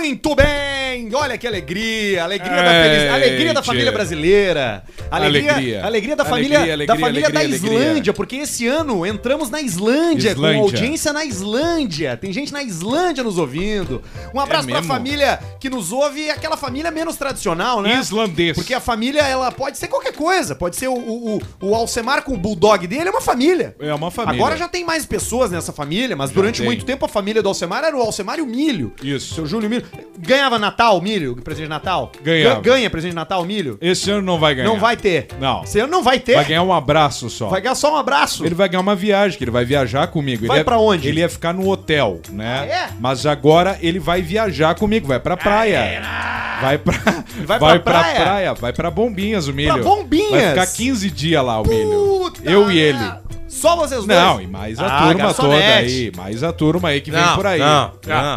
Muito bem! Olha que alegria! Alegria da família brasileira! Alegria da família da Islândia, porque esse ano entramos na Islândia, com audiência na Islândia. Tem gente na Islândia nos ouvindo. Um abraço pra família que nos ouve, aquela família menos tradicional, né? Islandês. Porque a família, ela pode ser qualquer coisa. Pode ser o Alcemar com o bulldog dele, é uma família. É uma família. Agora já tem mais pessoas nessa família, mas durante muito tempo a família do Alcemar era o Alcemar e o Milho. Isso. Seu Júlio Milho. Ganhava Natal, Milho, presente de Natal? Ganhava. Ganha presente de Natal, Milho? Esse ano não vai ganhar. Não vai ter. Não. Esse ano não vai ter. Vai ganhar um abraço só. Vai ganhar só um abraço. Ele vai ganhar uma viagem, que ele vai viajar comigo. Vai pra onde? Ele ia ficar no hotel, né? Ah, é? Mas agora ele vai viajar comigo, vai pra praia. Vai pra praia. Vai pra Bombinhas, o Milho. Pra Bombinhas? Vai ficar 15 dias lá, o Milho. Puta Eu e ele. Só vocês dois? Não, e mais a turma toda aí. Mais a turma aí que vem por aí. Não.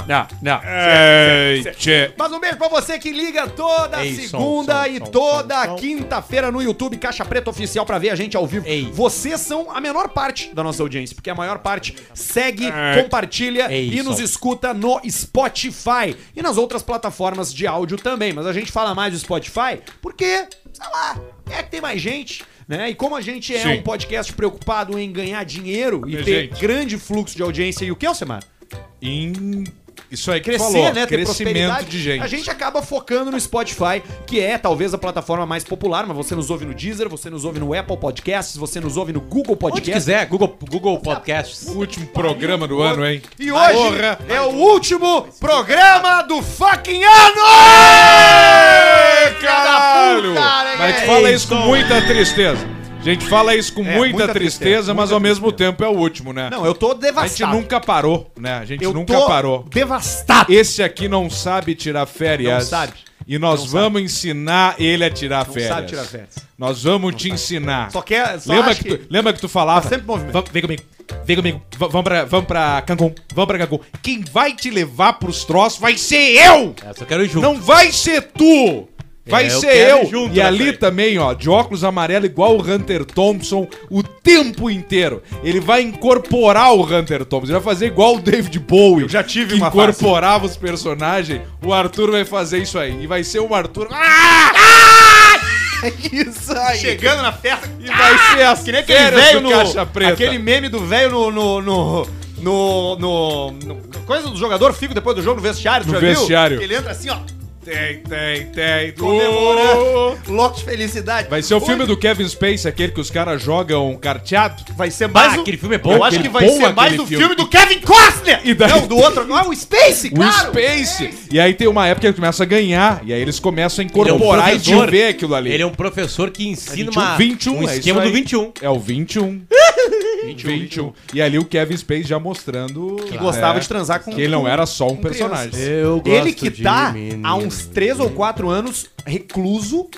Ei, tchê. Mas um beijo pra você que liga toda segunda e toda quinta-feira no YouTube Caixa Preta Oficial pra ver a gente ao vivo. Vocês são a menor parte da nossa audiência, porque a maior parte segue, compartilha e nos escuta no Spotify e nas outras plataformas de áudio também. Mas a gente fala mais do Spotify porque, sei lá, é que tem mais gente, né? E como a gente é um podcast preocupado em ganhar dinheiro e ter grande fluxo de audiência e o que, Alcemar? Isso aí que crescer, falou, né? Ter crescimento de gente. A gente acaba focando no Spotify, que é talvez a plataforma mais popular, mas você nos ouve no Deezer, você nos ouve no Apple Podcasts, você nos ouve no Google Podcasts. Onde quiser, Google Podcasts. O último programa do ano, hein? E hoje é o último programa do fucking ano! Caralho! Mas a gente fala isso com muita tristeza. A gente fala isso com muita tristeza, mas ao mesmo tempo é o último, né? Não, eu tô devastado. A gente nunca parou, né? A gente nunca parou. Devastado. Esse aqui não sabe tirar férias. Não sabe. E nós vamos ensinar ele a tirar férias. Não sabe tirar férias. Nós vamos te ensinar. Só quer... Lembra que tu falava? Sempre movimento. Vem comigo. Vamos pra Cancún. Vamos pra Cancún. Quem vai te levar pros troços vai ser eu! Só quero ir junto. Não vai ser tu! Vai ser eu! Junto, e ali também, ó, de óculos amarelo igual o Hunter Thompson o tempo inteiro. Ele vai incorporar o Hunter Thompson. Ele vai fazer igual o David Bowie. Eu já tive que uma incorporava os personagens. O Arthur vai fazer isso aí. E vai ser o Arthur... Isso aí. Chegando na festa. E vai ser as que nem aquele férias velho do Caixa Preta. Aquele meme do velho no coisa do jogador, fico depois do jogo no vestiário. No vestiário. Ele entra assim, ó. Tem. Comemorando. Louco de felicidade. Vai ser o filme do Kevin Spacey, aquele que os caras jogam carteado. Vai ser mais aquele filme é bom. Eu acho que vai ser mais do filme do Kevin Costner. E daí... Não, do outro. Não, o Spacey, claro. O Spacey. E aí tem uma época que ele começa a ganhar. E aí eles começam a incorporar e de ver aquilo ali. Ele é um professor que ensina 21, um esquema do 21. É o 21. 21. E ali o Kevin Spacey já mostrando... Que gostava de transar com... Que ele não era só um personagem. Eu gosto ele que tá há uns 3 ou 4 anos recluso,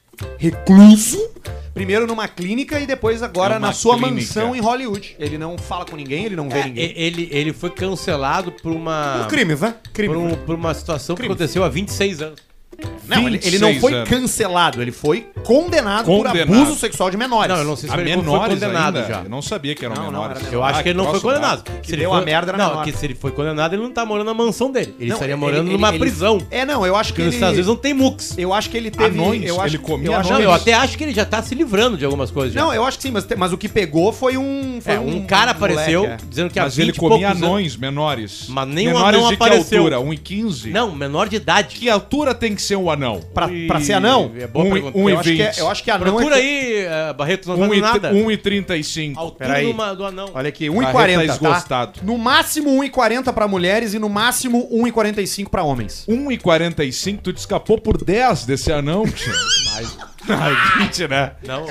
primeiro numa clínica e depois agora na sua mansão em Hollywood. Ele não fala com ninguém, ele não vê ninguém. Ele foi cancelado por uma... Por crimes, né? Por uma situação que aconteceu há 26 anos. Não, ele não foi cancelado, ele foi condenado por abuso sexual de menores. Não, eu não sei se ele foi condenado já. Eu não sabia que eram menores. Eu acho que ele não foi condenado. Se ele deu a merda na Não, que se ele foi condenado, ele não tá morando na mansão dele. Ele estaria morando numa prisão. Não, eu acho que ele... Porque nos Estados Unidos não tem mux. Eu acho que ele teve... Anões, ele comia anões. Não, eu até acho que ele já tá se livrando de algumas coisas. Não, eu acho que sim, mas o que pegou foi um... um cara apareceu dizendo que mas ele comia anões menores. Mas nem um anão apareceu. Que altura? 1,15? Não, menor de idade. Que altura tem que ser um anão? Pra ser anão? É boa pergunta. 1,20. Eu acho que anão procura aí, Barreto, não faz nada. 1,35. Altura do anão. Olha aqui, 1,40, esgostado. No máximo 1,40 pra mulheres e no máximo 1,45 pra homens. 1,45? Tu te escapou por 10 desse anão, tio. Mais 20, né? Não,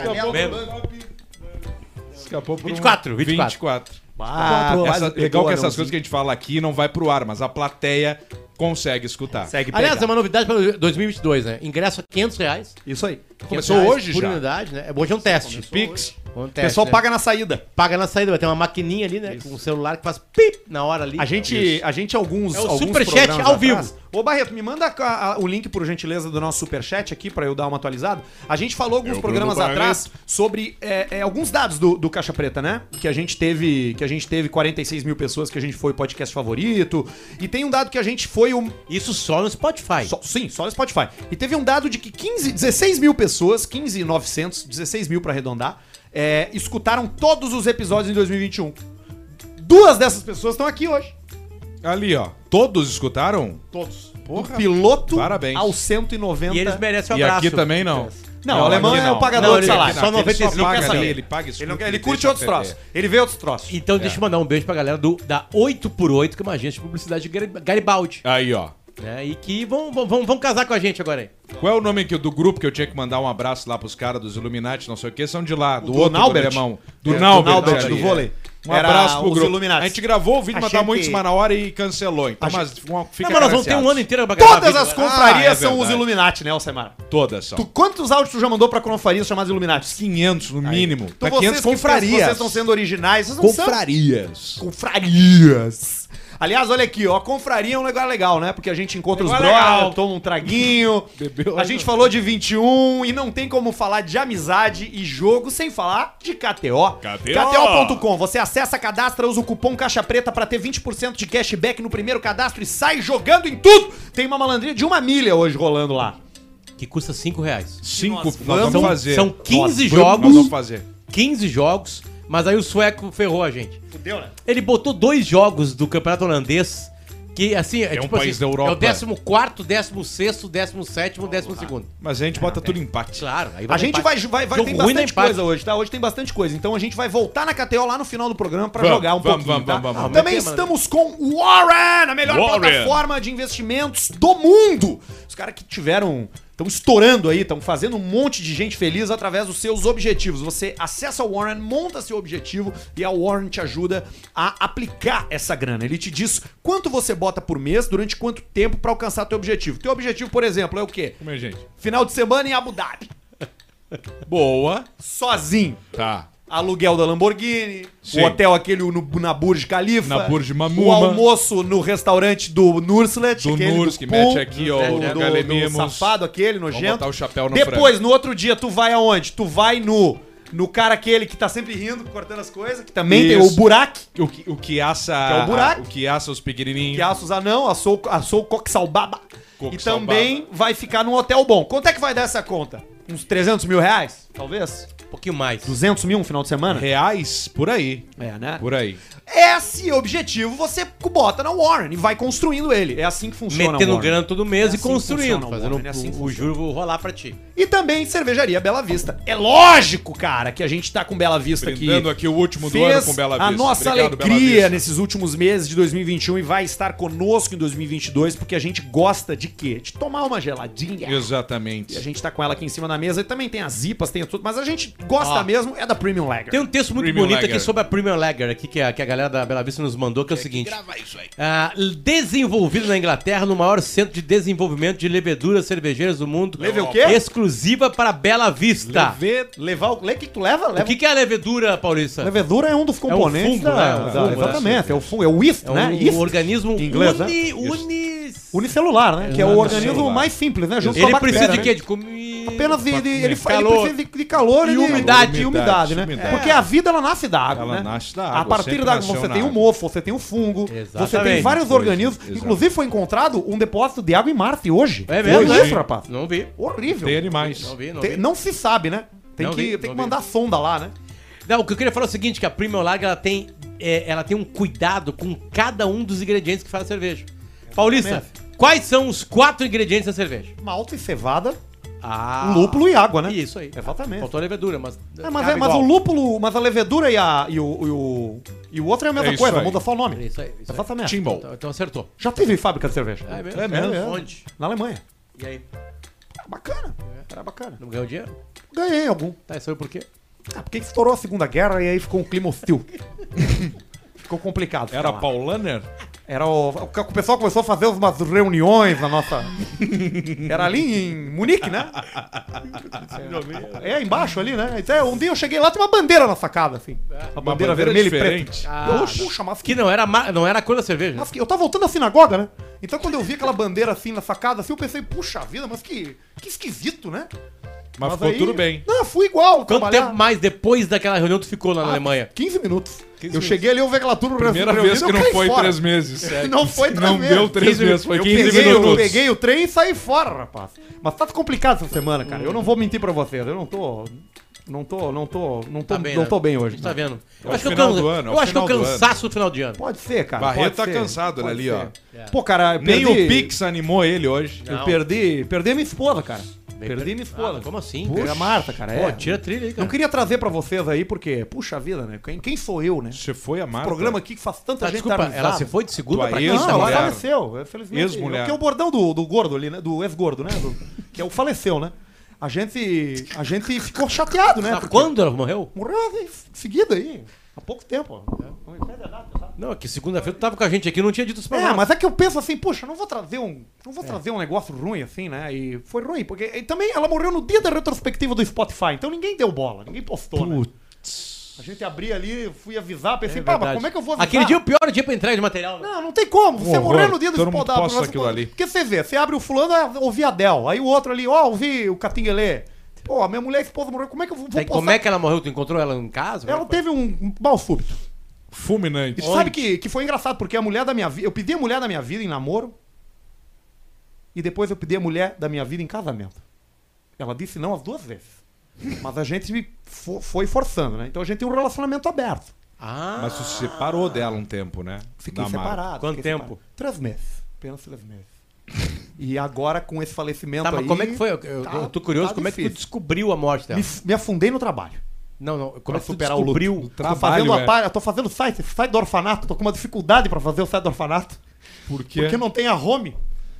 Escapou por 24. Legal que essas coisas que a gente fala aqui não vai pro ar, mas a plateia consegue escutar. Aliás, é uma novidade para 2022, né? Ingresso a R$500. Isso aí. Começou hoje por já. unidade, né? Hoje é um teste. Pix. O pessoal paga na saída. Paga na saída, vai ter uma maquininha ali, né? Com um celular que faz pip na hora ali. A gente alguns é o Superchat ao vivo. Ô, Barreto, me manda o link, por gentileza, do nosso superchat aqui pra eu dar uma atualizada. A gente falou alguns programas atrás sobre alguns dados do Caixa Preta, né? Que a gente teve 46 mil pessoas, que a gente foi o podcast favorito. E tem um dado que a gente foi o... Isso só no Spotify. Só no Spotify. E teve um dado de que 16 mil pessoas, 15.900, 16 mil pra arredondar, escutaram todos os episódios em 2021. 2 dessas pessoas estão aqui hoje. Ali, ó. Todos escutaram? Todos. Porra, do piloto parabéns. ao 190. E eles merecem um E abraço. aqui também não. Não, o alemão é o pagador de salário. Só 95 Ele paga quer saber. ali, ele paga isso. Ele curte outros troços. Ele vê outros troços. Então deixa eu mandar um beijo pra galera da 8x8, que é uma agência de publicidade de Garibaldi. Aí, ó. E que vão casar com a gente agora aí. Qual é o nome do grupo que eu tinha que mandar um abraço lá pros caras dos Illuminati, não sei o que, são de lá, do outro Naubert. alemão. Do Naubert, do vôlei. Um abraço pro os grupo. Illuminati. A gente gravou o vídeo, A mas tá gente- muito em cima na hora e cancelou. Então, mas fica Não, mas nós vamos ter um agraciados. ano inteiro pra gravar Todas vídeo as agora. confrarias é são os verdade. Illuminati, né, Alcemar? Todas são. Quantos áudios tu já mandou pra confrarias chamadas Illuminati? 500 no mínimo. Então Tá 500 vocês confrarias. vocês estão sendo originais. Vocês não são Confrarias. confrarias. Aliás, olha aqui, ó, a confraria é um lugar legal, né? Porque a gente encontra os Legal, brothers, legal. toma um traguinho. Bebeu. A gente falou de 21 e não tem como falar de amizade e jogo sem falar de KTO. KTO.com. Você acessa, cadastra, usa o cupom Caixa Preta pra ter 20% de cashback no primeiro cadastro e sai jogando em tudo. Tem uma malandrinha de 1 milha hoje rolando lá. Que custa R$5. 5 Nós nós vamos fazer. São 15 Nós jogos. vamos fazer. 15 jogos, mas aí o sueco ferrou a gente. Fudeu, né? Ele botou 2 jogos do campeonato holandês, que assim, um país da Europa. é o 14º, 16º, 17º, 12º. Mas a gente bota tudo em empate. Claro, aí A gente vai Jogo tem ruim no bastante empate. coisa hoje, tá? Hoje tem bastante coisa. Então a gente vai voltar na KTO lá no final do programa pra Vamos, jogar um vamos, pouquinho, tá? vamos. Também Mas tem, estamos com Warren, a melhor Warren. plataforma de investimentos do mundo. Os caras que estão estourando aí, estão fazendo um monte de gente feliz através dos seus objetivos. Você acessa o Warren, monta seu objetivo e a Warren te ajuda a aplicar essa grana. Ele te diz quanto você bota por mês, durante quanto tempo pra alcançar teu objetivo. Teu objetivo, por exemplo, é o quê? Como é, gente? Final de semana em Abu Dhabi. Boa. Sozinho. Tá. Aluguel da Lamborghini, Sim. o hotel aquele na Burj Khalifa, Na Burj Mamuma. o almoço no restaurante do Nurslet, Do aquele Nurs, que Pum, mete aqui, ó, do Galemimos. safado aquele, Vamos nojento. botar o chapéu no Depois, no outro dia, tu vai aonde? Tu vai no cara aquele que tá sempre rindo, cortando as coisas, que também tem o Isso. Burak, O que assa... Que é o buraco. O que assa os pequenininhos. que assa os anão, assou o coxalbaba. E Coxalbaba. também vai ficar num hotel bom. Quanto é que vai dar essa conta? Uns 300 mil reais? Talvez? Um pouquinho mais. 200 mil um final de semana? Reais, por aí. É, né? Por aí. Esse objetivo você bota na Warren e vai construindo ele. É assim que funciona Metendo a Warren. grana todo mês É e assim que construindo, funciona o fazendo Warren, é assim que o funciona. juro rolar pra ti. E também Cervejaria Bela Vista. É lógico, cara, que a gente tá com Bela Vista Brindando aqui. aqui o último do ano com Bela Vista. A nossa Obrigado, Bela alegria Vista. nesses últimos meses de 2021 e vai estar conosco em 2022, porque a gente gosta de quê? De tomar uma geladinha. Exatamente. E a gente tá com ela aqui em cima da mesa e também tem as IPAs, tem tudo, mas a gente gosta mesmo é da Premium Lager. Tem um texto muito Premium bonito Lager. aqui sobre a Premium Lager, aqui, que a galera da Bela Vista nos mandou, que é o seguinte. Grava isso aí. Desenvolvido na Inglaterra, no maior centro de desenvolvimento de leveduras cervejeiras do mundo. Leve o quê? Exclusiva para Bela Vista. Levar o que tu leva? O que é a levedura, Paulista? Levedura é um dos componentes fungo, né? É um fungo, exatamente, né? é o fungo, é o yeast, É um né? Yeast. organismo Em inglês, né? Unicelular, né? Que é o organismo mais simples, né? Junto com a Ele bactéria, precisa de né? quê? De comer... Apenas ele Calor. precisa de calor E e umidade. e umidade, né? Umidade. Porque a vida ela nasce da água, Ela né? nasce da água, A partir sempre da água nasceu você na tem o água. mofo, você tem o fungo, você tem Exatamente. vários Foi, organismos. exato. Inclusive foi encontrado um depósito de água em Marte hoje. É mesmo, Foi né? isso, rapaz. Não vi. Horrível. Tem animais. Não vi, não Tem- vi. não se sabe, né? Tem Não que, vi, tem não que vi. mandar sonda lá, né? Não, o que eu queria falar é o seguinte, que a Premium Lager, ela tem um cuidado com cada um dos ingredientes que faz a cerveja. Paulista, quais são os 4 ingredientes da cerveja? Malta e cevada, Ah, lúpulo e água, né? Isso aí. Exatamente. Faltou a levedura, mas... Mas cabe o igual. lúpulo, mas a levedura e o outro é a mesma É isso coisa, aí. muda só o nome. Isso aí, isso aí. Exatamente. Timbal. Então acertou. Já tive fábrica de cerveja. É mesmo? É mesmo? Onde? Na Alemanha. E aí? Bacana. Era bacana. Não ganhou dinheiro? Ganhei algum. Tá, isso aí por quê? Ah, porque estourou a Segunda Guerra e aí ficou um clima hostil. Ficou complicado. ficar Era lá. Paulaner? O pessoal começou a fazer umas reuniões na nossa... Era ali em Munique, né? Embaixo ali, né? Então, um dia eu cheguei lá, tem uma bandeira na sacada, assim. Uma bandeira vermelha diferente. e preta. Puxa, mas Que não era a cor da cerveja. Mas eu tava voltando da sinagoga, né? Então quando eu vi aquela bandeira assim na sacada, assim, eu pensei, puxa vida, mas que esquisito, né? Mas ficou tudo bem. Não, fui igual. Quanto tempo mais depois daquela reunião tu ficou lá na Alemanha? 15 minutos. Eu cheguei ali, eu vi aquela turma Primeira vez que não foi 3 meses. Não foi 3 Não meses. deu 3 meses, foi 15 Eu minutos. peguei o trem e saí fora, rapaz. Mas tá complicado essa semana, cara. Eu não vou mentir pra vocês. Eu não tô bem hoje. A gente tá vendo. Eu É o acho que final do ano, é o eu acho que é o final do cansaço do final de ano. Pode ser, cara. Barreto pode tá ser. cansado Pode ali, ser. ó. Pô, cara, Nem o Pix animou ele hoje. Eu perdi a minha esposa, cara. Perdi minha esposa. Como assim? Puxa. A Marta, cara. Pô, tira a trilha aí, cara. Não queria trazer pra vocês aí, porque, puxa vida, né? Quem sou eu, né? Você foi a Marta? Programa aqui que faz tanta Tá, gente desculpa, dar ela risada. se foi de segunda Tua pra ex, quinta? Não, ela mulher. faleceu, felizmente. Ex-mulher. Que é o bordão do gordo ali, né? Do ex-gordo, né? Que é o faleceu, né? A gente ficou chateado, né? Ah, Porque quando ela morreu? morreu em seguida aí. Há pouco tempo. Não me pede a data, tá? Não, é que segunda-feira tu tava com a gente aqui e não tinha dito isso pra nós. Mas é que eu penso assim, poxa, não vou trazer um negócio ruim assim, né? E foi ruim, porque e também ela morreu no dia da retrospectiva do Spotify, então ninguém deu bola, ninguém postou, né? A gente abria ali, fui avisar, pensei, mas como é que eu vou avisar? Aquele dia é o pior dia pra entrega de material, né? Não tem como, você horror. morrer no dia do Todo mundo Spotify. posta aquilo ali. Porque você vê, você abre o fulano, ouvi a Adele, aí o outro ali, ouvi o Catinguelê. Pô, a minha mulher e esposa morreu, como é que eu vou postar? Como é que ela morreu? Tu encontrou ela em casa? Ela teve um mal súbito. Fulminante. E tu sabe que foi engraçado, porque a mulher da minha vida. Eu pedi a mulher da minha vida em namoro. E depois eu pedi a mulher da minha vida em casamento. Ela disse não as 2 vezes. Mas a gente foi forçando, né? Então a gente tem um relacionamento aberto. Mas tu se separou dela um tempo, né? Fiquei Da Marta. separado. Quanto fiquei tempo? Separado. 3 meses. Apenas 3 meses. E agora com esse falecimento Tá, mas aí... como é que foi? Eu tô curioso, como é que tu difícil. descobriu a morte dela? Me afundei no trabalho. Não, como Pra é que tu superar descobriu? o luto. trabalho, Eu tô fazendo site do orfanato. Tô com uma dificuldade pra fazer o site do orfanato. Por quê? Porque não tem a home.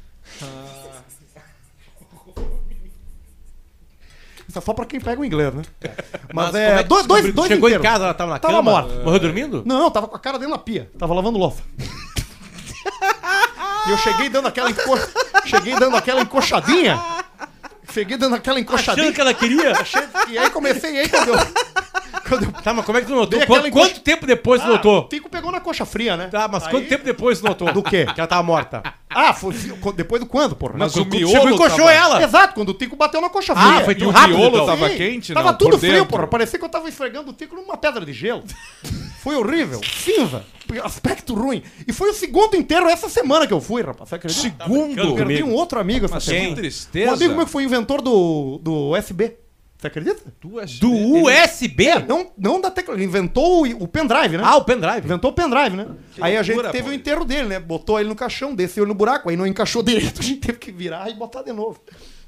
Isso é só pra quem pega o inglês, né? Mas Mas como é que tu descobriu? Tu chegou em casa, ela tava na Tava cama? morta. Morreu dormindo? Não, eu tava com a cara dentro da pia. Tava lavando louça. E eu cheguei dando aquela encoxadinha. Achando que ela queria? E aí comecei, e aí quando eu Tá, mas como é que tu notou? Dei aquela Quanto tempo depois tu notou? O Tico pegou na coxa fria, né? Tá, mas Aí- quanto tempo depois tu notou? Do quê? Que ela tava morta. Foi depois do quando, porra? Mas Quando o tu miolo chegou e encoxou tava- ela. Exato, quando o Tico bateu na coxa fria. Ah, foi E tudo o rápido, miolo então. tava Sim, quente, tava não? tudo Por frio, dentro. porra. Parecia que eu tava esfregando o Tico numa pedra de gelo. Foi horrível. Cinza. Aspecto ruim. E foi o segundo inteiro essa semana que eu fui, rapaz. Você acredita? Segundo? Eu perdi um outro amigo essa Mas semana. que tristeza. Um amigo meu que foi inventor do USB. Você acredita? Do USB? Não da tecnologia. Ele inventou o pendrive, né? Ah, o pendrive. Inventou o pendrive, né? Aí a gente loucura, teve o Paulo. enterro dele, né? Botou ele no caixão, desceu ele no buraco, aí não encaixou direito, a gente teve que virar e botar de novo.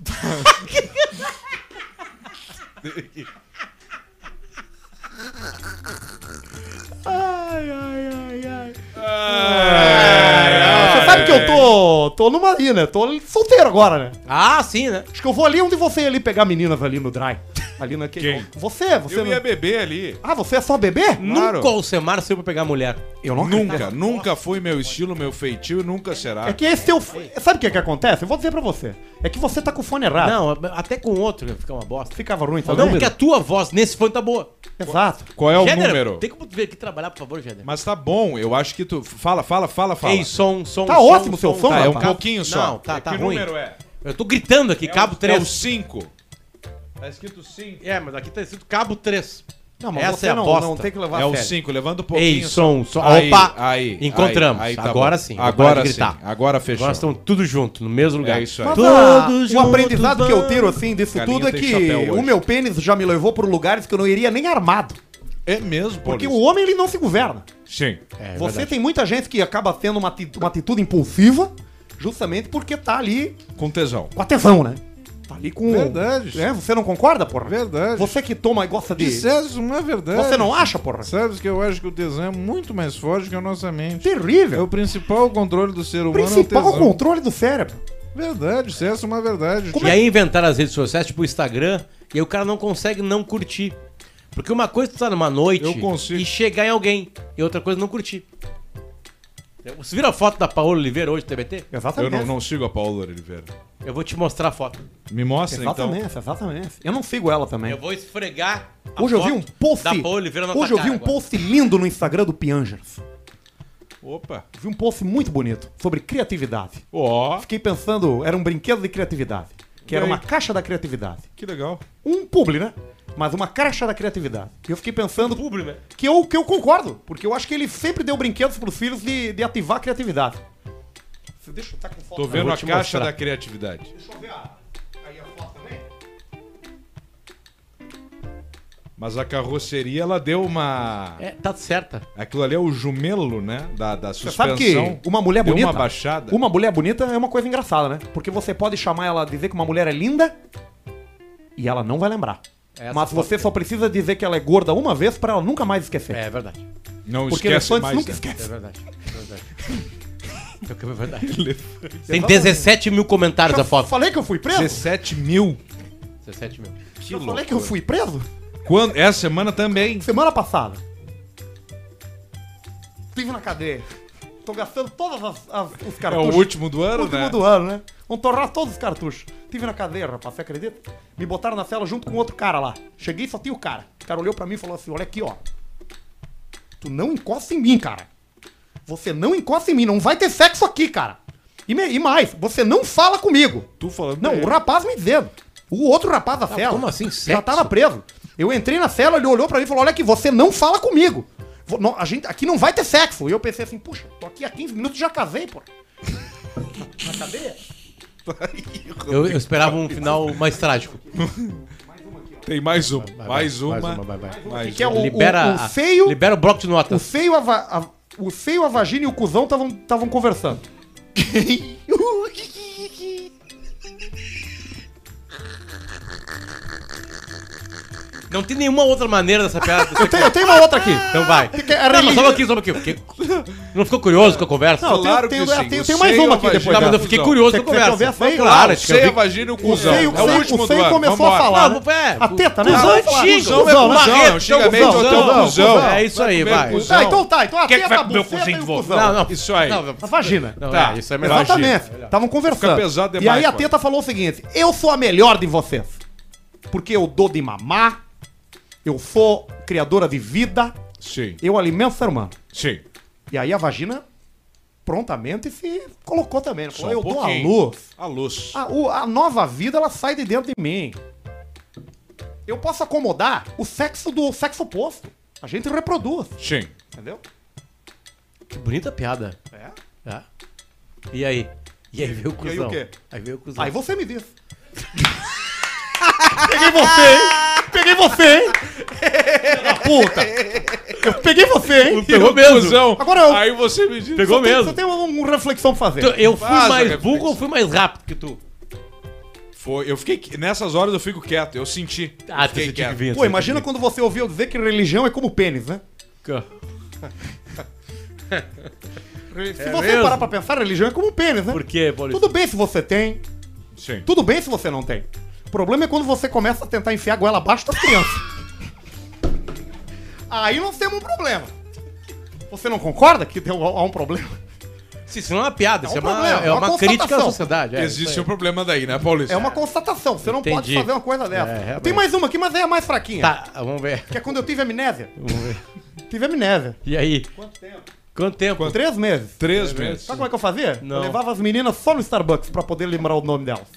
Você sabe que eu tô numa ali, né? Tô solteiro agora, né? Ah, sim, né? Acho que eu vou ali onde você ia ali pegar meninas ali no dry. Ali naquele. Quem? Você Eu não... ia beber ali. Ah, você é só bebê? Claro. Nunca o Semar saiu pra pegar mulher. Eu não Nunca foi meu estilo, meu feitio e nunca será. É que esse teu. Sabe o que acontece? Eu vou dizer pra você. É que você tá com o fone errado. Não, até com outro fica uma bosta. Ficava ruim, Não, sabe? porque a tua voz nesse fone tá boa. Exato. Qual é o Jeder, número? tem como tu vir aqui trabalhar, por favor, Jeder? Mas tá bom, eu acho que tu... Fala. Ei, som. Tá ótimo o seu som, Tá, é um rapaz. pouquinho só. Não, tá que ruim. número é? Eu tô gritando aqui, cabo É o 3. 5. Tá escrito 5. É, mas aqui tá escrito cabo 3. Não, mas Essa você é a bosta. não tem que levar É a o sério. 5, levanta um pouquinho. Ei, som. Aí, Opa! aí, Encontramos. aí, tá Agora bom. sim. Agora pode sim. gritar. Agora fechou. Agora estão tudo junto, no mesmo lugar. É isso aí. Mas Todos o aprendizado juntos que eu tiro, assim, disso Galinha tudo é tem que chapéu hoje. o meu pênis já me levou por lugares que eu não iria nem armado. É mesmo, Porque Paulista? o homem, ele não se governa. Sim. É, Você verdade. tem muita gente que acaba tendo uma atitude impulsiva, justamente porque tá ali Com tesão. com a tesão, né? Tá ali com... Verdade. É, você não concorda, porra? Verdade. Você que toma e gosta de... Disseste uma verdade. Você não acha, porra? Sabes que eu acho que o tesão é muito mais forte que a nossa mente. É Terrível. o principal controle do ser humano. Principal é o tesão. controle do cérebro. Verdade, disseste uma verdade. E aí inventaram as redes sociais, tipo o Instagram, e aí o cara não consegue não curtir. Porque uma coisa é tu tá numa noite Eu consigo. e chegar em alguém, e outra coisa é não curtir. Você viu a foto da Paola Oliveira hoje no TBT? Exatamente. Eu não sigo a Paola Oliveira. Eu vou te mostrar a foto. Me mostra, Exatamente. Eu não sigo ela também. Eu vou esfregar a Hoje eu vi um post. da Paola Oliveira na Hoje eu vi um post lindo no Instagram do Piangers. Opa. Vi um post muito bonito sobre criatividade. Ó, Fiquei pensando, era um brinquedo de criatividade. Que era E aí? uma caixa da criatividade. que legal. Um publi, né? Mas uma caixa da criatividade. E eu fiquei pensando Publi, né? que eu concordo. Porque eu acho que ele sempre deu brinquedos pros filhos de ativar a criatividade. Deixa eu estar com foto. Tô vendo vou a te caixa mostrar. da criatividade. Deixa eu ver aí a foto também. Mas a carroceria, ela deu uma... Tá certa. Aquilo ali é o jumelo, né? Da Você suspensão. sabe que uma mulher Deu bonita... uma baixada. Uma mulher bonita é uma coisa engraçada, né? Porque você pode chamar ela, dizer que uma mulher é linda e ela não vai lembrar. Essa Mas foto você só precisa dizer que ela é gorda uma vez pra ela nunca mais esquecer. É verdade. Não Porque esquece elefantes mais. nunca né? esquecem. É verdade. É verdade. Tem 17 mil comentários a foto. Falei que eu fui preso? 17 mil. 17 mil. Que Eu louco. falei que eu fui preso? Quando? Essa semana também. Semana passada. Estive na cadeia. Tô gastando todos os É cartuchos. o último do ano, Último né? do ano, né? Vão torrar todos os cartuchos. Estive na cadeia, rapaz, você acredita? Me botaram na cela junto com outro cara lá. Cheguei e só tinha o cara. O cara olhou pra mim e falou assim, olha aqui, ó. Tu não encosta em mim, cara. Você não encosta em mim, não vai ter sexo aqui, cara. E mais, você não fala comigo. Tu falando. Não, o rapaz me dizendo. O outro rapaz da cela. como assim, Já sexo? tava preso. Eu entrei na cela, ele olhou pra mim e falou, olha aqui, você não fala comigo. A gente aqui não vai ter sexo. E eu pensei assim, puxa, tô aqui há 15 minutos e já casei, pô. Na cadeia? Eu esperava um final mais trágico. Tem mais uma. Mais uma. vai. Mais Que é uma. o feio. Libera o bloco de O notas. feio, o feio, a vagina e o cuzão estavam conversando. Não tem nenhuma outra maneira dessa piada. Eu tenho uma outra aqui. Então vai. Era Não, mas ali- só um pouquinho. Não ficou curioso com a conversa? Não, Claro tenho que sim. tenho O mais seio, uma a aqui vagina. depois. Não, mas eu dessa. fiquei curioso com a Você quer conversa. ver essa aí? Claro, O seio, a vagina e o O cuzão. feio, É o último o do feio ano. começou Vambora. a falar. Não, né? é, A teta, né? cuzão Vamos falar. antigo. Cuzão, Cuzão é né? cuzão, é um xingamento Cuzão, até o cuzão, cuzão. cuzão. É isso aí, comer vai. cuzão. Ah, então tá. Então a Quem é que teta, vai a comer o buceta cozinho e de o vovô? cuzão. Não. Isso aí. A vagina. Não, Tá. isso é melhor. Exatamente. Estavam conversando. Fica pesado E demais, aí a pô. teta falou o seguinte: eu sou a melhor de vocês. Porque eu dou de mamar, eu sou criadora de vida, Sim. eu alimento o ser humano. Sim. E aí a vagina prontamente se colocou também. Né? Só Falou, um eu dou a pouquinho. luz. A luz. A nova vida, ela sai de dentro de mim. Eu posso acomodar o sexo do sexo oposto. A gente reproduz. Sim. Entendeu? Que bonita piada. É. É. E aí? E aí veio o E aí cuzão. o quê? Aí veio o cuzão. Aí você me diz. Peguei você, hein? Peguei você, hein? Filha da puta. Eu peguei você, hein? Pegou mesmo. Cuzão. Agora eu- Aí você me diz. Pegou mesmo. Você tem uma reflexão pra fazer. Eu fui Faz a mais reflexão. burro ou fui mais rápido que tu? Foi. Eu fiquei. Nessas horas eu fico quieto. Eu senti. Ah, Eu fiquei você tinha que quieto. vir. Pô, imagina quando você ouviu dizer que religião é como pênis, né? Se você mesmo? parar pra pensar, religião é como pênis, né? Por quê, Paulista? Tudo bem se você tem, Sim. tudo bem se você não tem. O problema é quando você começa a tentar enfiar a goela abaixo das crianças. Aí nós temos um problema. Você não concorda que há um problema? Isso não é uma piada, isso é uma, problema, é é uma uma crítica à constatação. sociedade. É, Existe isso um problema daí, né, Paulista? É uma constatação. Você não pode Entendi. fazer uma coisa dessa. realmente. Tem mais uma aqui, mas é a mais fraquinha. Tá, vamos ver. Que é quando eu tive amnésia. Vamos ver. Tive amnésia. E aí? Quanto tempo? Quanto tempo? 3 meses. 3 meses. Sabe como é que eu fazia? Não. Eu levava as meninas só no Starbucks pra poder lembrar o nome delas.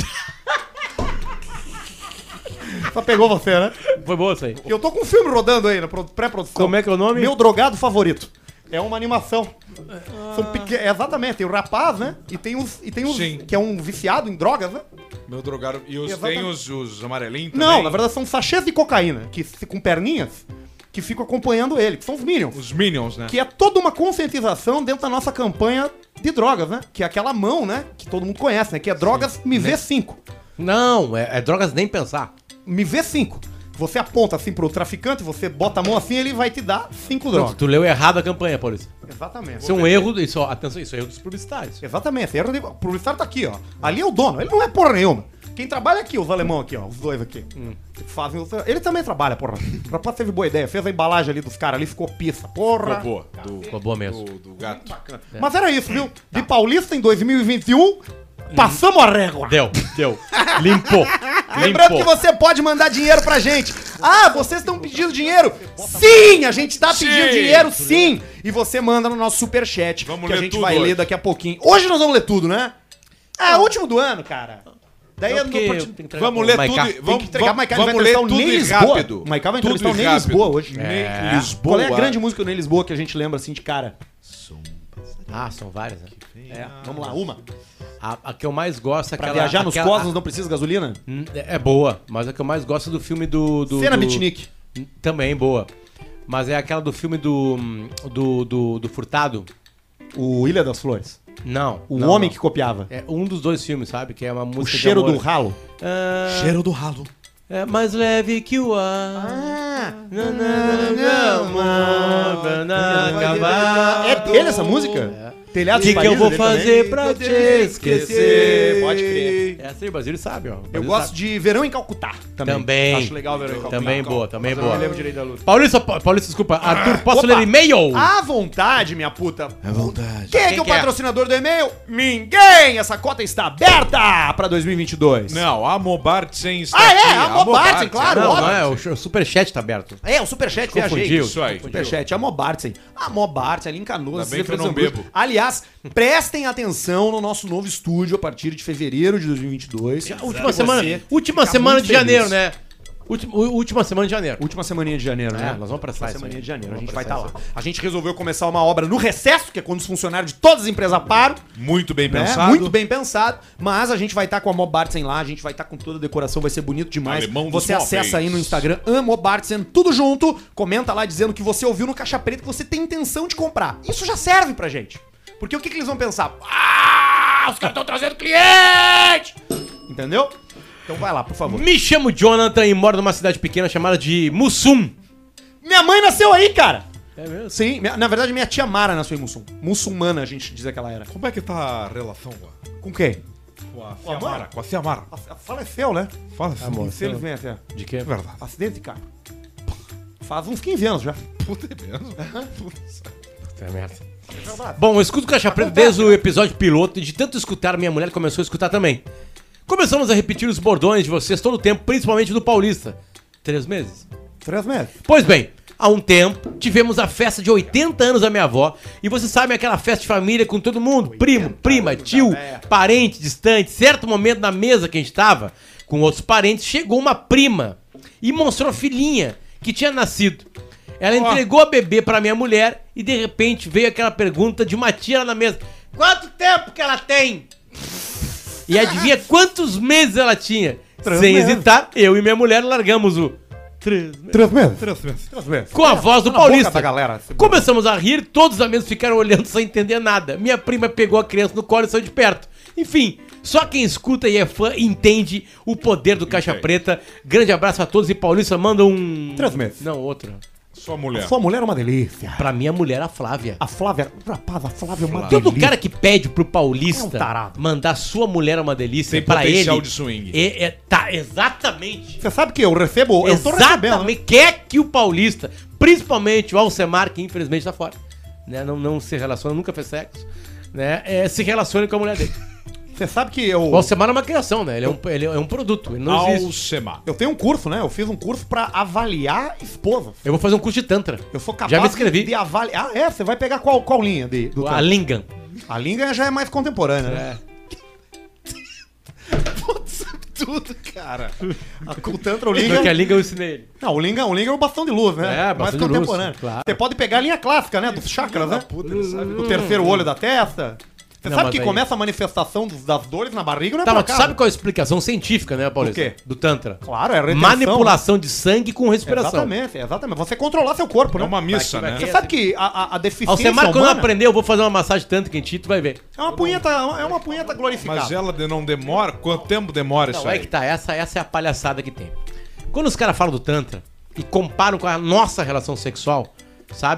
Só pegou você, né? Foi boa isso aí. Eu tô com um filme rodando aí na pré-produção. Como é que é o nome? Meu Drogado Favorito. É uma animação. Exatamente, tem o rapaz, né? E tem os Sim. que é um viciado em drogas, né? Meu drogado. E os, Exatamente. tem os amarelinhos também? Não, na verdade são sachês de cocaína, com perninhas, que ficam acompanhando ele, que são os Minions. Os Minions, né? Que é toda uma conscientização dentro da nossa campanha de drogas, né? Que é aquela mão, né? Que todo mundo conhece, né? Que é drogas me vê 5. Não, é drogas nem pensar. Me vê 5. Você aponta assim pro traficante, você bota a mão assim, ele vai te dar 5 drogas. Tu leu errado a campanha, Paulista. Exatamente. Isso é um erro. Isso, atenção, isso é erro dos publicitários. Exatamente. O publicitário tá aqui, ó. Ali é o dono. Ele não é porra nenhuma. Quem trabalha aqui, os alemão aqui, ó. Os dois aqui. Que fazem ele também trabalha, porra. O rapaz teve boa ideia. Fez a embalagem ali dos caras ali, ficou pista. Porra. Ficou boa. Ficou boa mesmo. Do gato. Mas era isso, viu? De Paulista em 2021, passamos a régua. Deu. Limpou. Lembrando que você pode mandar dinheiro pra gente. Ah, vocês estão pedindo dinheiro? Sim, a gente tá pedindo dinheiro, sim. E você manda no nosso superchat, que a gente vai ler daqui a pouquinho. Hoje nós vamos ler tudo, né? Ah, último do ano, cara. Daí vamos ler tudo. Vamos ler tudo rápido. O Maiká vai entrevistar o Ney Lisboa hoje. Lisboa. Qual é a grande música do Ney Lisboa que a gente lembra assim de cara? São várias, né? Vamos lá, uma. A que eu mais gosto é aquela... Pra viajar nos cosmos não precisa gasolina? É boa, mas a que eu mais gosto é do filme do Cena Beatnik. Também boa. Mas é aquela do filme do Furtado. O Ilha das Flores. Não. O Homem que Copiava. É um dos dois filmes, sabe? Que é uma música O Cheiro do Ralo. Cheiro do Ralo. É mais leve que o ar. É dele essa música? Telhado de Paris, que eu vou fazer pra te esquecer. Pode crer. Essa aí o Basílio sabe, ó. Eu gosto de Verão em Calcutá também. Acho legal o Verão em Calcutá. Também boa, também boa. Eu não lembro direito da luta. Paulista, desculpa. Arthur, posso ler e-mail? À vontade, minha puta. À vontade. Quem é o patrocinador do e-mail? Ninguém! Essa cota está aberta pra 2022. Não, a Mobartsen está aqui. A Mobartsen, claro. Não, é, o superchat tá aberto. É, o superchat, viajei. Isso aí. Superchat, a Mobartsen. A Mobartsen, ali em Canoas. Ainda bem que eu não bebo. Aliás, prestem atenção no nosso novo estúdio a partir de fevereiro de 2022. Última semana de janeiro, né? Última semana de janeiro. Última semaninha de janeiro, né? Nós vamos prestar semaninha de janeiro. A gente vai estar lá. A gente resolveu começar uma obra no recesso, que é quando os funcionários de todas as empresas param. Muito bem pensado. Muito bem pensado. Mas a gente vai estar com a Mobartsen lá, a gente vai estar com toda a decoração, vai ser bonito demais. Você acessa aí no Instagram, Mobartsen, tudo junto. Comenta lá dizendo que você ouviu no Caixa Preta, que você tem intenção de comprar. Isso já serve pra gente. Porque o que eles vão pensar? Os caras estão trazendo cliente! Entendeu? Então vai lá, por favor. Me chamo Jonathan e moro numa cidade pequena chamada de Mussum. Minha mãe nasceu aí, cara! É mesmo? Sim, na verdade minha tia Mara nasceu em Mussum. Muçulmana, a gente dizia que ela era. Como é que tá a relação com quem? Com a Ciamara. Com a Ciamara. Faleceu, né? Faleceu. Infelizmente, é. De quê? Verdade. Acidente, cara. Faz uns 15 anos já. Puta, é mesmo? É merda. Bom, eu escuto o Caixa Preta desde o episódio piloto e de tanto escutar, minha mulher começou a escutar também. Começamos a repetir os bordões de vocês todo o tempo, principalmente do Paulista. 3 meses? 3 meses. Pois bem, há um tempo, tivemos a festa de 80 anos da minha avó. E vocês sabem aquela festa de família com todo mundo? Primo, prima, tio, parente, distante. Certo momento na mesa que a gente tava, com outros parentes, chegou uma prima e mostrou a filhinha que tinha nascido. Ela entregou a bebê pra minha mulher e de repente veio aquela pergunta de uma tia lá na mesa. Quanto tempo que ela tem? E adivinha quantos meses ela tinha? 3 Sem meses. hesitar, eu e minha mulher largamos o 3 meses. 3 meses. 3 meses. Com a voz do na boca Paulista. da galera. Começamos a rir, todos os amigos ficaram olhando sem entender nada. Minha prima pegou a criança no colo e saiu de perto. Enfim, só quem escuta e é fã entende o poder do Caixa Preta. Grande abraço a todos e Paulista manda um... 3 meses. Não, outro. Sua mulher. Sua mulher é uma delícia. Pra minha mulher, a Flávia. A Flávia, rapaz, a Flávia é uma Todo delícia. cara que pede pro Paulista É um tarado. mandar sua mulher é uma delícia Tem pra potencial ele. de swing. Tá, exatamente. Você sabe que eu recebo, eu tô recebendo. Né? Exatamente. Quer que o Paulista, principalmente o Alcemar, que infelizmente tá fora, né? Não se relaciona, nunca fez sexo, né? Se relacione com a mulher dele. Você sabe que eu... O Alcemar é uma criação, né? Ele é um produto, ele não existe. Alcemar. Eu tenho um curso, né? Eu fiz um curso pra avaliar esposas. Eu vou fazer um curso de Tantra. Eu sou capaz Já me inscrevi. de avaliar... Ah, é? Você vai pegar qual linha do A Lingam. A Lingam já é mais contemporânea, né? Putz, tudo, cara. O Tantra, o Porque Lingam... a Lingam eu ensinei ele. Não, o Lingam é o bastão de luz, né? É, mais bastão de luz, contemporâneo. claro. Você pode pegar a linha clássica, né? Dos chakras, né? Puta, ele sabe. Do terceiro olho da testa. Você Não, sabe mas que aí- começa a manifestação das dores na barriga, não é Tá, por mas tu acaso. sabe qual é a explicação científica, né, Paulista? Do quê? Do Tantra. Claro, é retenção. Manipulação de sangue com respiração. Exatamente. Você controlar seu corpo, É né? uma missa, né? Você sabe que a deficiência Alcemar, quando eu humana aprender, eu vou fazer uma massagem tanto em ti, tu vai ver. é uma punheta glorificada. Mas ela não demora? Quanto tempo demora isso Não, aí? é que tá, essa é a palhaçada que tem. Quando os caras falam do Tantra e comparam com a nossa relação sexual, sabe?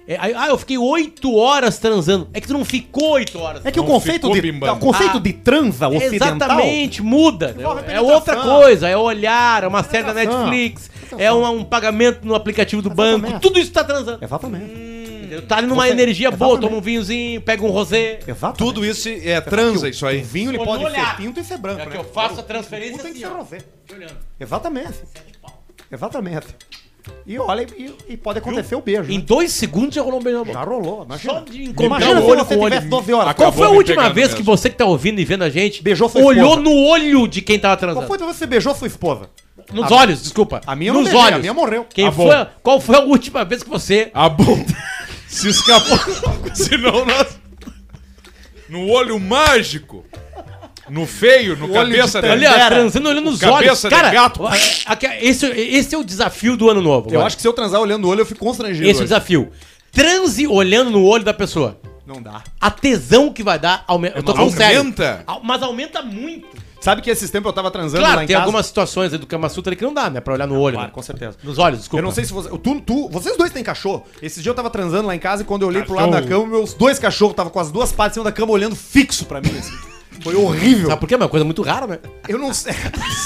Eu fiquei 8 horas transando. É que tu não ficou 8 horas. É que o conceito de transa ocidental... Exatamente, muda. É outra coisa, é olhar, é uma série da Netflix, é um pagamento no aplicativo do banco, tudo isso tá transando. Exatamente. Tá ali numa energia boa, toma um vinhozinho, pega um rosé. Exatamente. Tudo isso é transa, isso aí. O vinho ele pode ser tinto e ser branco, né? Que eu faço a transferência tem que ser rosé. Olhando. Exatamente. E olha, e pode acontecer o beijo. Em 2 segundos já rolou um beijo na boca. Já rolou, imagina. Só de encontrar o olho com o olho. 12 horas. Qual foi a última vez que você que tá ouvindo e vendo a gente beijou sua olhou esposa? no olho de quem tava transando? Qual foi que você beijou sua esposa? Nos olhos, desculpa. A minha nos não beijei, olhos. a minha morreu. Qual foi a última vez que você... A bunda se escapou. Senão nós... No olho mágico. No feio, no cabeça de... Olha, transando olhando nos olhos. Cabeça de gato. Esse é o desafio do ano novo. Eu acho que se eu transar olhando no olho, eu fico constrangido. Esse é o desafio. Transe olhando no olho da pessoa. Não dá. A tesão que vai dar aumenta. Eu tô falando aumenta? Sério. Mas aumenta muito. Sabe que esses tempos eu tava transando Claro, lá em tem casa? algumas situações aí do Kama Sutra ali que não dá, né? Pra olhar no olho. Claro, né? com certeza. Nos olhos, desculpa. Eu não sei se você... Vocês dois têm cachorro. Esses dias eu tava transando lá em casa e quando eu olhei pro lado da cama, meus 2 cachorros estavam com as 2 patas em cima da cama olhando fixo pra mim, assim. Foi horrível. Sabe por quê? É uma coisa muito rara, né? Eu não sei.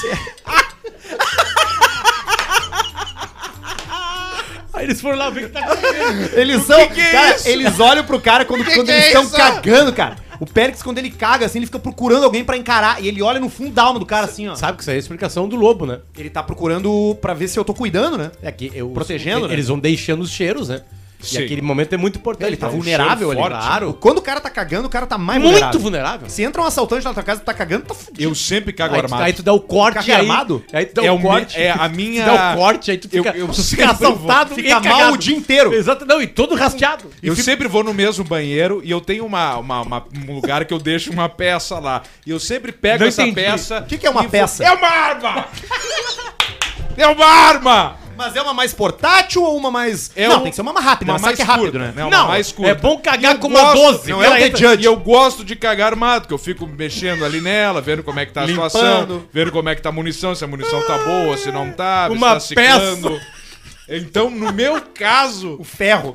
Aí eles foram lá ver o que tá acontecendo. Eles são... cara, eles olham pro cara quando eles estão cagando, cara. O Périx, quando ele caga, assim, ele fica procurando alguém pra encarar. E ele olha no fundo da alma do cara, assim, ó. Sabe que isso aí é a explicação do lobo, né? Ele tá procurando pra ver se eu tô cuidando, né? É que Protegendo, né? Eles vão deixando os cheiros, né? Sim. E aquele momento é muito importante. Ele tá né? vulnerável ali. forte. Claro. Quando o cara tá cagando, o cara tá mais Muito vulnerável. Se entra um assaltante na tua casa e tá cagando, tá fudido. Eu sempre cago armado. Aí tu dá o corte Caga armado? Aí tu dá o corte. É a minha... Tu dá o corte, aí tu fica, Eu tu sempre fica assaltado, Fica mal o dia inteiro. Exato, não, e todo rasteado. Eu sempre vou no mesmo banheiro e eu tenho um lugar que eu deixo uma peça lá. E eu sempre pego Não essa entendi. peça... O que é uma peça? É uma arma! É uma arma! Mas é uma mais portátil ou uma mais... É não, tem que ser uma mais rápida. Uma Mas sabe mais que é rápido, curta, né? né? Uma mais curta. é bom cagar Eu com uma gosto- 12. não é o The Judge. E eu gosto de cagar armado, que eu fico mexendo ali nela, vendo como é que tá a Limpando. situação, vendo como é que tá a munição, se a munição tá boa, se não tá, se Uma tá ciclando. Então, no meu caso, O ferro.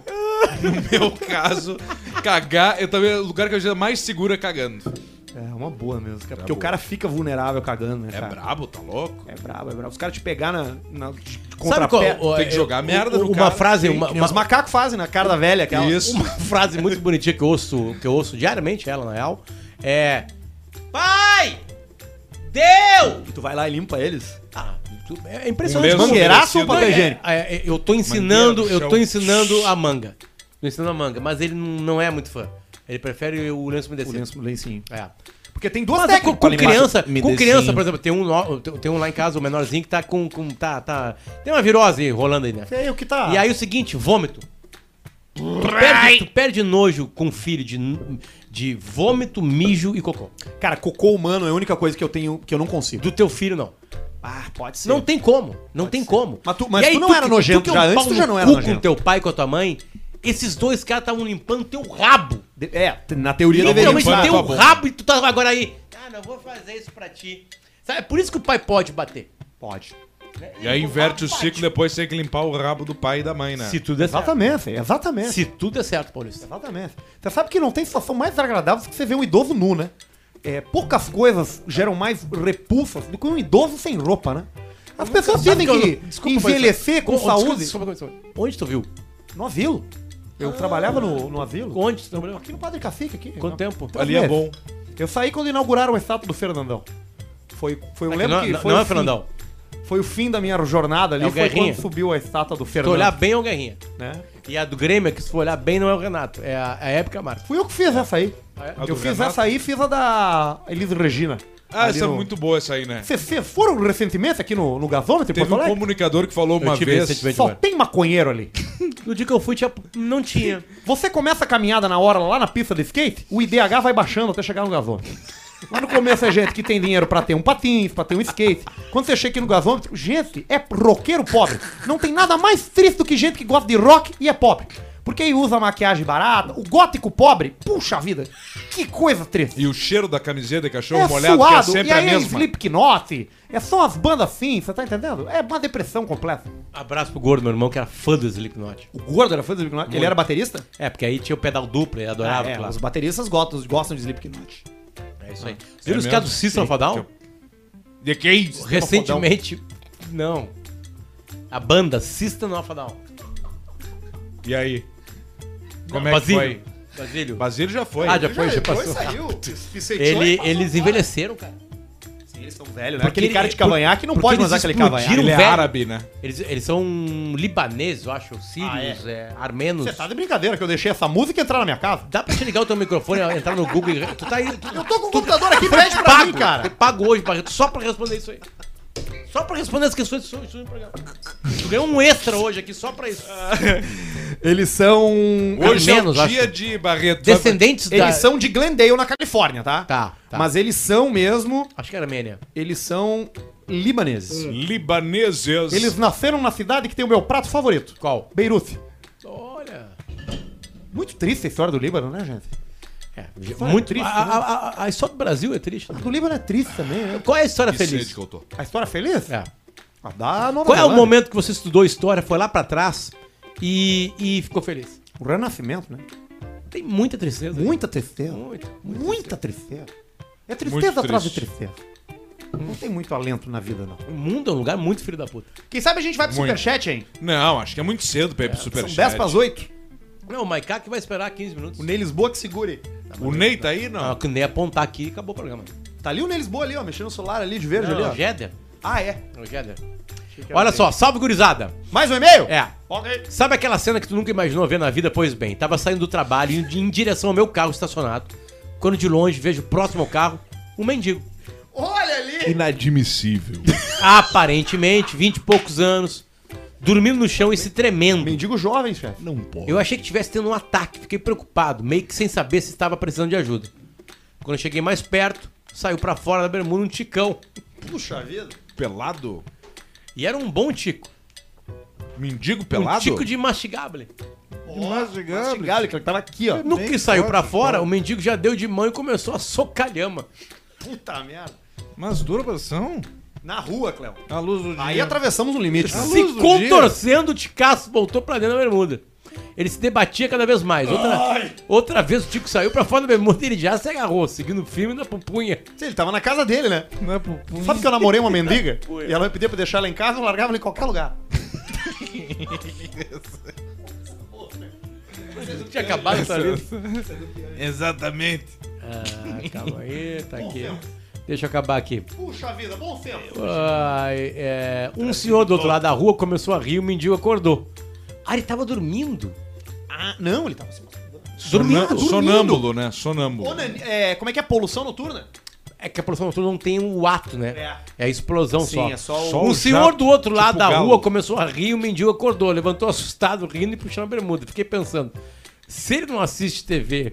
cagar, eu também, o lugar que eu já mais seguro é cagando. É uma boa mesmo, cara. Porque o cara fica vulnerável cagando, né, É cara? brabo, tá louco? É brabo, é brabo. Os caras te pegar na Sabe qual? Tem que jogar merda no Uma cara. frase, Que nem os macacos fazem na cara da velha, aquela. Isso. uma frase muito bonitinha que eu ouço diariamente, ela na real, é... Pai! Deu! E tu vai lá e limpa eles. É impressionante. Um lenço Mangueiraço ou umedecido. papel higiênico? Eu tô ensinando, Mangueira no eu tô chão. ensinando a manga. Tô ensinando a manga, mas ele não é muito fã. Ele prefere o lenço O umedecido. lencinho. É. Porque tem duas Mas técnicas com pra limpar. criança, por exemplo, tem um lá em casa, o menorzinho, que tá com tem uma virose rolando aí, né? É o que tá. E aí o seguinte, vômito. Tu perde nojo com filho de vômito, mijo e cocô. Cara, cocô humano é a única coisa que eu tenho que eu não consigo. Do teu filho, não. Ah, pode ser. Não tem como. Não tem como. Mas tu E aí, não era nojento que é já antes, pau tu já no não era cu nojento. com teu pai e com a tua mãe, esses dois caras estavam limpando teu rabo. Na teoria deveria Literalmente limpar. teu rabo e tu tá agora aí. Ah, não vou fazer isso pra ti. Sabe, é por isso que o pai pode bater. Pode. E aí inverte o ciclo, depois tem que limpar o rabo do pai e da mãe, né? Se tudo é certo. Exatamente. Se tudo é certo, Paulista. Exatamente. Você sabe que não tem situação mais desagradável do que você ver um idoso nu, né? Poucas coisas geram mais repulsas do que um idoso sem roupa, né? As pessoas dizem que envelhecer com saúde... Desculpa, onde tu viu? No asilo. Eu trabalhava no asilo. Onde tu trabalhou? Aqui no Padre Cacique, aqui. Quanto tempo? Ali é bom. Eu saí quando inauguraram a estátua do Fernandão. Eu lembro não, que não, foi não o é fim. Fernandão. Foi o fim da minha jornada ali, É o foi Guerrinha. quando subiu a estátua do Se tu Fernando. olhar bem é o Guerrinha. Né? E a do Grêmio, que se for olhar bem, não é o Renato. É a época Marta. Fui eu que fiz essa aí. Ah, é? A do Eu fiz Renato? essa aí e fiz a da Elis Regina. Ah, Ali essa é no- muito boa essa aí, né? Vocês foram recentemente aqui no gasômetro em Teve Porto um Alegre? comunicador que falou uma tive vez... recentemente. Só tem maconheiro ali. No dia que eu fui, não tinha. Você começa a caminhada na hora lá na pista de skate, o IDH vai baixando até chegar no gasômetro. Lá no começo é gente que tem dinheiro pra ter um patins, pra ter um skate. Quando você chega aqui no gasômetro, gente, é roqueiro pobre. Não tem nada mais triste do que gente que gosta de rock e é pobre. Porque aí usa maquiagem barata. O gótico pobre, puxa vida, que coisa triste. E o cheiro da camiseta de cachorro É molhado, suado, que é e sempre a aí é mesma. Slipknot, são as bandas assim, você tá entendendo? É uma depressão completa. Abraço pro Gordo, meu irmão, que era fã do Slipknot. O Gordo era fã do Slipknot? Ele era baterista? É, porque aí tinha o pedal duplo, ele adorava. Claro. Os bateristas gostam de Slipknot. É isso aí. Você viu os caras do System of a Down? De quem? Recentemente... Não. A banda System of a Down. E aí? Como é que foi? Basílio já foi. Ah, já passou. Saiu. Eles envelheceram, cara. Sim, eles estão velhos, né? Aquele cara de cavanhaque não pode mais usar aquele cavanhaque. Ele é árabe, né? Eles são libaneses, eu acho, sírios, armenos. Você tá de brincadeira que eu deixei essa música entrar na minha casa? Dá pra te ligar o teu microfone, entrar no Google e... Tu tá aí... Eu tô com o computador aqui, pede pra mim, cara. Eu pago hoje, Barreto, só pra responder isso aí. Só pra responder as questões do seu programa. Tu ganhou um extra hoje aqui só pra isso. Eles são... Hoje é o dia de Barreto. Descendentes Eles são de Glendale, na Califórnia, tá? Tá. Mas eles são mesmo... Acho que era Armênia. Eles são libaneses. Libaneses. Eles nasceram na cidade que tem o meu prato favorito. Qual? Beirute. Olha. Muito triste a história do Líbano, né, gente? Muito triste. A história do Brasil é triste. A do Líbano é triste também, né? Qual é a história feliz? Que eu tô. A história feliz? É. Da Nova Qual é o Zelândia. momento que você estudou história, foi lá pra trás e ficou feliz? O Renascimento, né? Tem muita tristeza. Muita tristeza. Muita tristeza. É tristeza Muito atrás de triste. tristeza. Não tem muito alento na vida, não. O mundo é um lugar muito filho da puta. Quem sabe a gente vai pro Muito. Superchat, hein? Não, acho que é muito cedo pra ir pro Superchat. São 10 pras 8. Não, o Maiká que vai esperar 15 minutos. O Ney Lisboa que segure. O Ney tá aí, não? Não, que nem apontar aqui e acabou o programa. Tá ali o Ney Lisboa ali, ó, mexendo no celular ali de verde ali, ó. O Jéder. Ah, é. O Jéder. Olha só, salve gurizada. Mais um e-mail? É. Ok. Sabe aquela cena que tu nunca imaginou ver na vida? Pois bem, tava saindo do trabalho e em direção ao meu carro estacionado. Quando de longe vejo próximo ao carro um mendigo. Olha ali. Inadmissível. Aparentemente, 20 e poucos anos, dormindo no chão e se tremendo. Mendigo jovem, chefe. Não pode. Eu achei que tivesse tendo um ataque, fiquei preocupado, meio que sem saber se estava precisando de ajuda. Quando eu cheguei mais perto, saiu pra fora da bermuda um ticão. Puxa vida. Pelado? E era um bom tico. Mendigo pelado? Um tico de mastigable. Mastigado, que ele tava aqui, ó. No que saiu pra fora, o mendigo já deu de mão e começou a socar lhama. Puta merda. Mas dura posição? Na rua, Cléo. A luz do dia. Aí atravessamos um limite. A luz Se do contorcendo, o ticaço voltou pra dentro da bermuda. Ele se debatia cada vez mais. Outra vez o tico saiu pra fora da bermuda e ele já se agarrou, seguindo firme na pupunha. Ele tava na casa dele, né? Não é pro... Sabe que eu namorei uma mendiga? E ela me pedia pra deixar ela em casa, eu largava ela em qualquer lugar. Não tinha acabado essa lista. Exatamente. Ah, calma aí, tá aqui. Deixa eu acabar aqui. Puxa vida, bom tempo. Um senhor do outro lado da rua começou a rir, o mendigo acordou. Ah, ele tava dormindo. Ah, não, ele tava se Dormindo. Sonâmbulo, né? Sonâmbulo. Como é que é poluição noturna? É que a poluição noturna não tem o ato, né? É a explosão Sim, só. é só Só Um o senhor jato, do outro lado tipo da galo. rua começou a rir, o mendigo acordou, levantou assustado, rindo e puxando a bermuda. Fiquei pensando, se ele não assiste TV...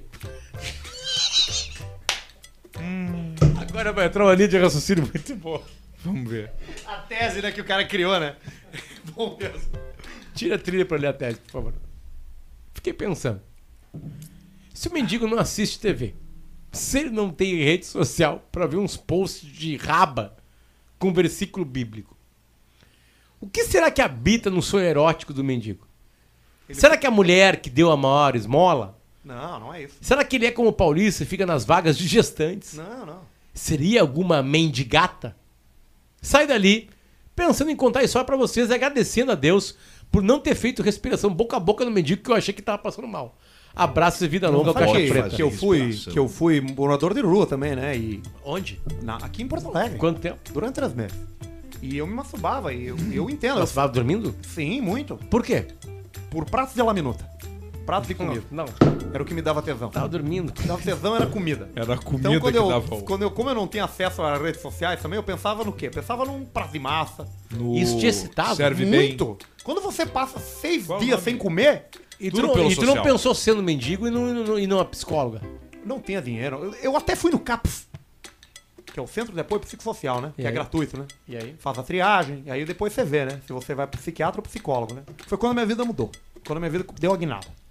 Agora vai entrar uma linha de raciocínio muito boa. Vamos ver. A tese, né, que o cara criou, né? Bom mesmo. Tira a trilha pra ler a tese, por favor. Fiquei pensando. Se o mendigo não assiste TV, se ele não tem rede social pra ver uns posts de raba com versículo bíblico, o que será que habita no sonho erótico do mendigo? Será que a mulher que deu a maior esmola? Não, não é isso. Será que ele é como o Paulista e fica nas vagas de gestantes? Não. Seria alguma mendigata? Sai dali, pensando em contar a história pra vocês e agradecendo a Deus por não ter feito respiração boca a boca no mendigo que eu achei que tava passando mal. Abraço e vida longa ao Caixa Preta. Que eu fui morador de rua também, né? E Onde? aqui em Porto Alegre. Quanto tempo? Durante 3 meses. E eu me masturbava, e eu entendo. Você tava dormindo? Sim, muito. Por quê? Por pratos de laminuta. Pratos de comida. Não. Era o que me dava tesão. Tava dormindo. O que dava tesão era comida. Era a comida Então, que dava o... como eu não tinha acesso às redes sociais também, eu pensava no quê? Pensava num prato de massa. No... Isso te excitava? Serve Muito. bem. Quando você passa 6 Qual dias nome? sem comer, E tu, Tudo não, pelo e tu não social. pensou sendo mendigo e numa psicóloga? não tinha dinheiro. Eu até fui no CAPS, que é o Centro de Apoio Psicossocial, né? E Que é aí? gratuito, né? E aí? Faz a triagem, e aí depois você vê, né? Se você vai pro psiquiatra ou psicólogo, né? Foi quando a minha vida mudou. Quando a minha vida deu a guinada.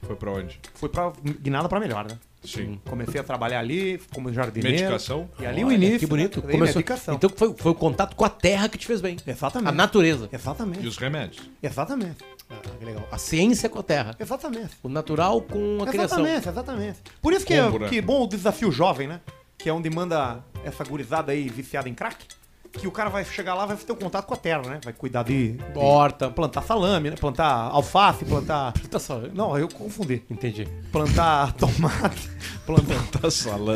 Foi pra onde? Fui pra Guinada pra melhor, né? Sim. Comecei a trabalhar ali, como jardineiro. Medicação? E ali o início. Que bonito. Veio medicação. Então foi o contato com a terra que te fez bem. Exatamente. A natureza. E Exatamente. os remédios? Exatamente. Que legal. A ciência com a terra. Exatamente. O natural com a criação. Exatamente. Por isso que bom o desafio jovem, né? Que é onde manda essa gurizada aí viciada em crack. Que o cara vai chegar lá, vai ter um contato com a terra, né? Vai cuidar de Horta. plantar salame, né? Plantar alface, plantar... Plantar salame. Não, eu confundi. Entendi. Plantar tomate, plantar salame.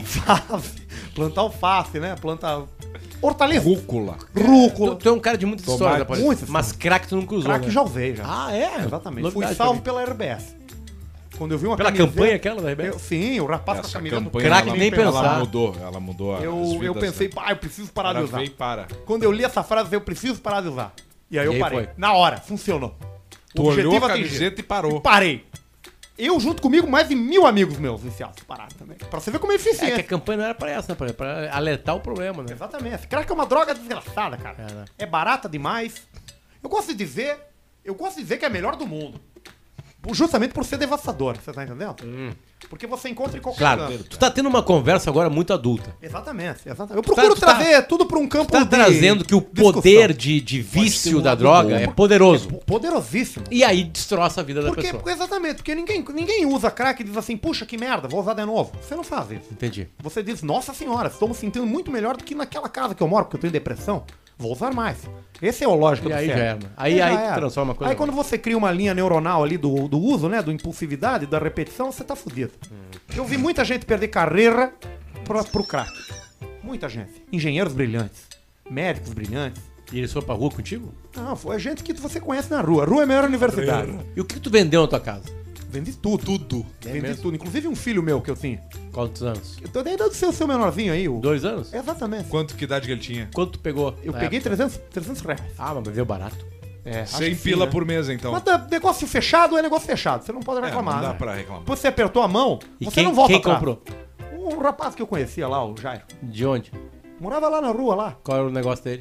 plantar alface, né? Plantar hortaliça. Rúcula. Tu é um cara de muitas histórias, Tomate. rapaz. Mas crack tu nunca usou, Crack né? já usei, já. Ah, é? Exatamente. Novidade Fui salvo pra mim. pela RBS. Quando eu vi uma Pela camiseta- campanha aquela da RBS? Sim, o rapaz com a Essa camiseta do campanha, crack, ela, nem ela pensar. Ela mudou as Eu vidas, pensei, né? eu preciso parar de Ela usar. veio e para. Quando eu li essa frase, eu preciso parar de usar. E aí eu E aí parei. foi. Na hora, funcionou. Tu olhou a atingido. camiseta e parou. E parei. Eu, junto comigo, mais de 1000 amigos meus viciados pararam também. Pra você ver como é É que a eficiente. campanha não era pra essa, né? Pra alertar o problema, né? Exatamente. Crack é uma droga desgraçada, cara. É, né? É barata demais. Eu gosto de dizer que é a melhor do mundo. Justamente por ser devastador, você tá entendendo? Porque você encontra em qualquer Claro, canto. tu tá tendo uma conversa agora muito adulta. Exatamente. Eu procuro tu tá- trazer tudo pra um campo Tá trazendo que o poder de vício da droga é poderoso. Poderosíssimo. E aí destroça a vida da pessoa. Exatamente, porque ninguém usa crack e diz assim, puxa, que merda, vou usar de novo. Você não faz isso. Entendi. Você diz, nossa senhora, estou me sentindo muito melhor do que naquela casa que eu moro, porque eu tô em depressão. Vou usar mais. Esse é o lógico E do aí cérebro. já era. Aí já tu era. transforma a coisa. Aí quando você cria uma linha neuronal ali do uso, né, do impulsividade, da repetição, você tá fudido. Eu vi muita gente perder carreira pro crack. Muita gente. Engenheiros brilhantes, médicos brilhantes. E eles foram pra rua contigo? Não, foi gente que você conhece na rua. A rua é a melhor universidade. E o que tu vendeu na tua casa? Vendi tudo. Vendi mesmo? tudo. Inclusive um filho meu que eu tinha. Quantos anos? Eu tô desde o seu menorzinho aí. 2 anos? Exatamente. Que idade que ele tinha? Quanto tu pegou? Eu na peguei época? 300 reais. Ah, mas veio barato. É, acho 100 que sim, pila né? por mês, então. Mas negócio fechado é negócio fechado. Você não pode reclamar. não dá né? pra reclamar. Depois você apertou a mão, E você não volta quem atrás. comprou? Um rapaz que eu conhecia lá, o Jairo. De onde? Morava lá na rua, lá. Qual era o negócio dele?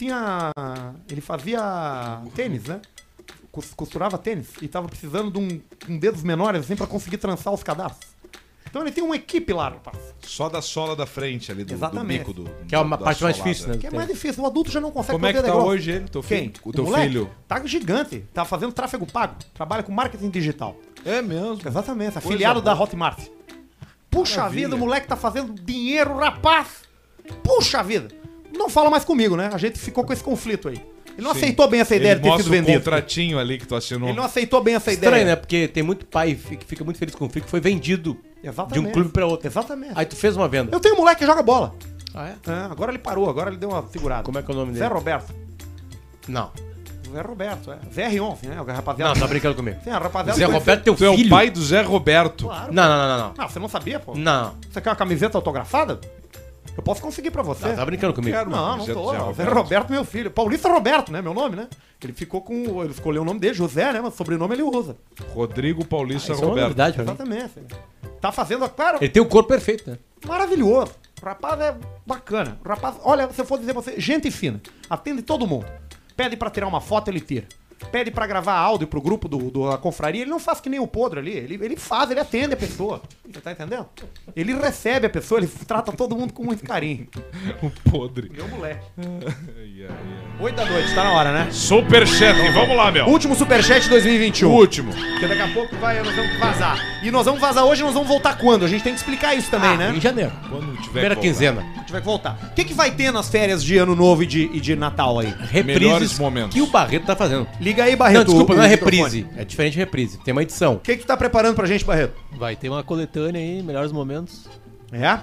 Ele fazia tênis, né? Costurava tênis. E tava precisando de um dedos menores, assim, pra conseguir trançar os cadastros. Então ele tem uma equipe lá, rapaz. Só da sola da frente ali, do Exatamente. bico do. Que é uma da parte mais solada. difícil, né? Que é mais difícil. O adulto já não consegue Como é que fazer tá negócio. hoje ele, teu Quem? filho? O teu moleque? filho? Tá gigante. Tá fazendo tráfego pago. Trabalha com marketing digital. É mesmo. Exatamente. Coisa Afiliado da boa. Hotmart. Puxa Maravilha. vida, o moleque tá fazendo dinheiro, rapaz. Puxa vida. Não fala mais comigo, né? A gente ficou com esse conflito aí. Ele não Sim. aceitou bem essa ideia Ele de ter sido mostra o vendido. contratinho ali que tu assinou. Ele não aceitou bem essa Estranho, ideia. né? Porque tem muito pai que fica muito feliz com o filho que foi vendido Exatamente. de um clube pra outro. Exatamente. Aí tu fez uma venda. Eu tenho um moleque que joga bola. Ah, é? É, agora ele parou, agora ele deu uma segurada. Como é que é o nome Zé dele? Roberto. Não. Zé Roberto, é. VR11, né? O rapaziada. Não, tá brincando comigo. Sim, a rapaziada. Zé conhece- Roberto, teu Tu é filho? o pai do Zé Roberto. Claro. Não. Não, você não sabia, pô? Não. Você quer uma camiseta autografada? Eu posso conseguir pra você. Não, tá brincando comigo. Quero. Não, não Camiseta tô. do Zé Zé Roberto. Roberto, meu filho. Paulista Roberto, né? Meu nome, né? Ele ficou com. Ele escolheu o nome dele, José, né? Mas sobrenome ele usa. Rodrigo Paulista Isso é uma Roberto. novidade pra mim. Exatamente. Tá fazendo, claro, Ele tem o corpo perfeito, né? maravilhoso. O rapaz é bacana. O rapaz, olha, se eu for dizer pra você, gente fina. Atende todo mundo. Pede pra tirar uma foto, ele tira. Pede pra gravar áudio pro grupo da confraria, ele não faz que nem o podre ali. Ele faz, ele atende a pessoa. Você tá entendendo? Ele recebe a pessoa, ele trata todo mundo com muito carinho. O podre. Meu moleque. Ai, ai, ai. 8 da noite, tá na hora, né? Superchat, vamos lá, meu. Último superchat de 2021. Último. Porque daqui a pouco nós vamos vazar. E nós vamos vazar hoje, nós vamos voltar quando? A gente tem que explicar isso também, né? Em janeiro. Quando tiver Primeira que voltar. quinzena. A gente vai voltar. O que vai ter nas férias de Ano Novo e de Natal aí? Reprises Melhores momentos. que o Barreto tá fazendo. Liga aí, Barreto. Não, desculpa, não é o microfone. reprise. É diferente de reprise. Tem uma edição. O que tu tá preparando pra gente, Barreto? Vai ter uma coletânea aí, melhores momentos. É?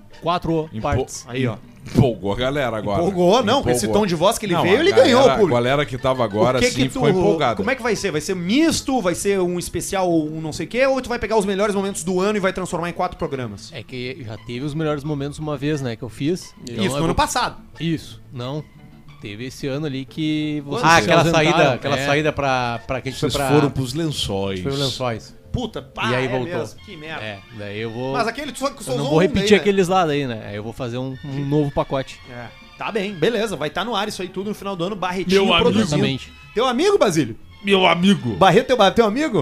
4 partes. Aí, ó. Empolgou a galera agora. Empolgou, não, com esse Empolgou. tom de voz que ele Não, veio, a ele galera- ganhou o público. A galera que tava agora, O que sim, que ficou empolgada. Como é que vai ser? Vai ser misto? Vai ser um especial, um não sei o quê? Ou tu vai pegar os melhores momentos do ano e vai transformar em 4 programas? É que já teve os melhores momentos uma vez, né, que eu fiz. Então Isso, eu no ano vou- passado. Isso, não. Teve esse ano ali que vocês Ah, se aquela ausentaram. saída, aquela É. saída pra que a gente Vocês foi pra... foram pros lençóis. Foi o Lençóis. Puta, pá, E aí é voltou. mesmo. Que merda. É, daí eu vou... Mas aquele só que eu não usou vou um repetir daí, né? aqueles lá daí, né? Aí eu vou fazer um novo pacote. É. Tá bem, beleza. Vai estar no ar isso aí tudo no final do ano. Barretinho Meu amigo. produzindo. Exatamente. Teu amigo, Basílio? Meu amigo. Barreto, teu amigo?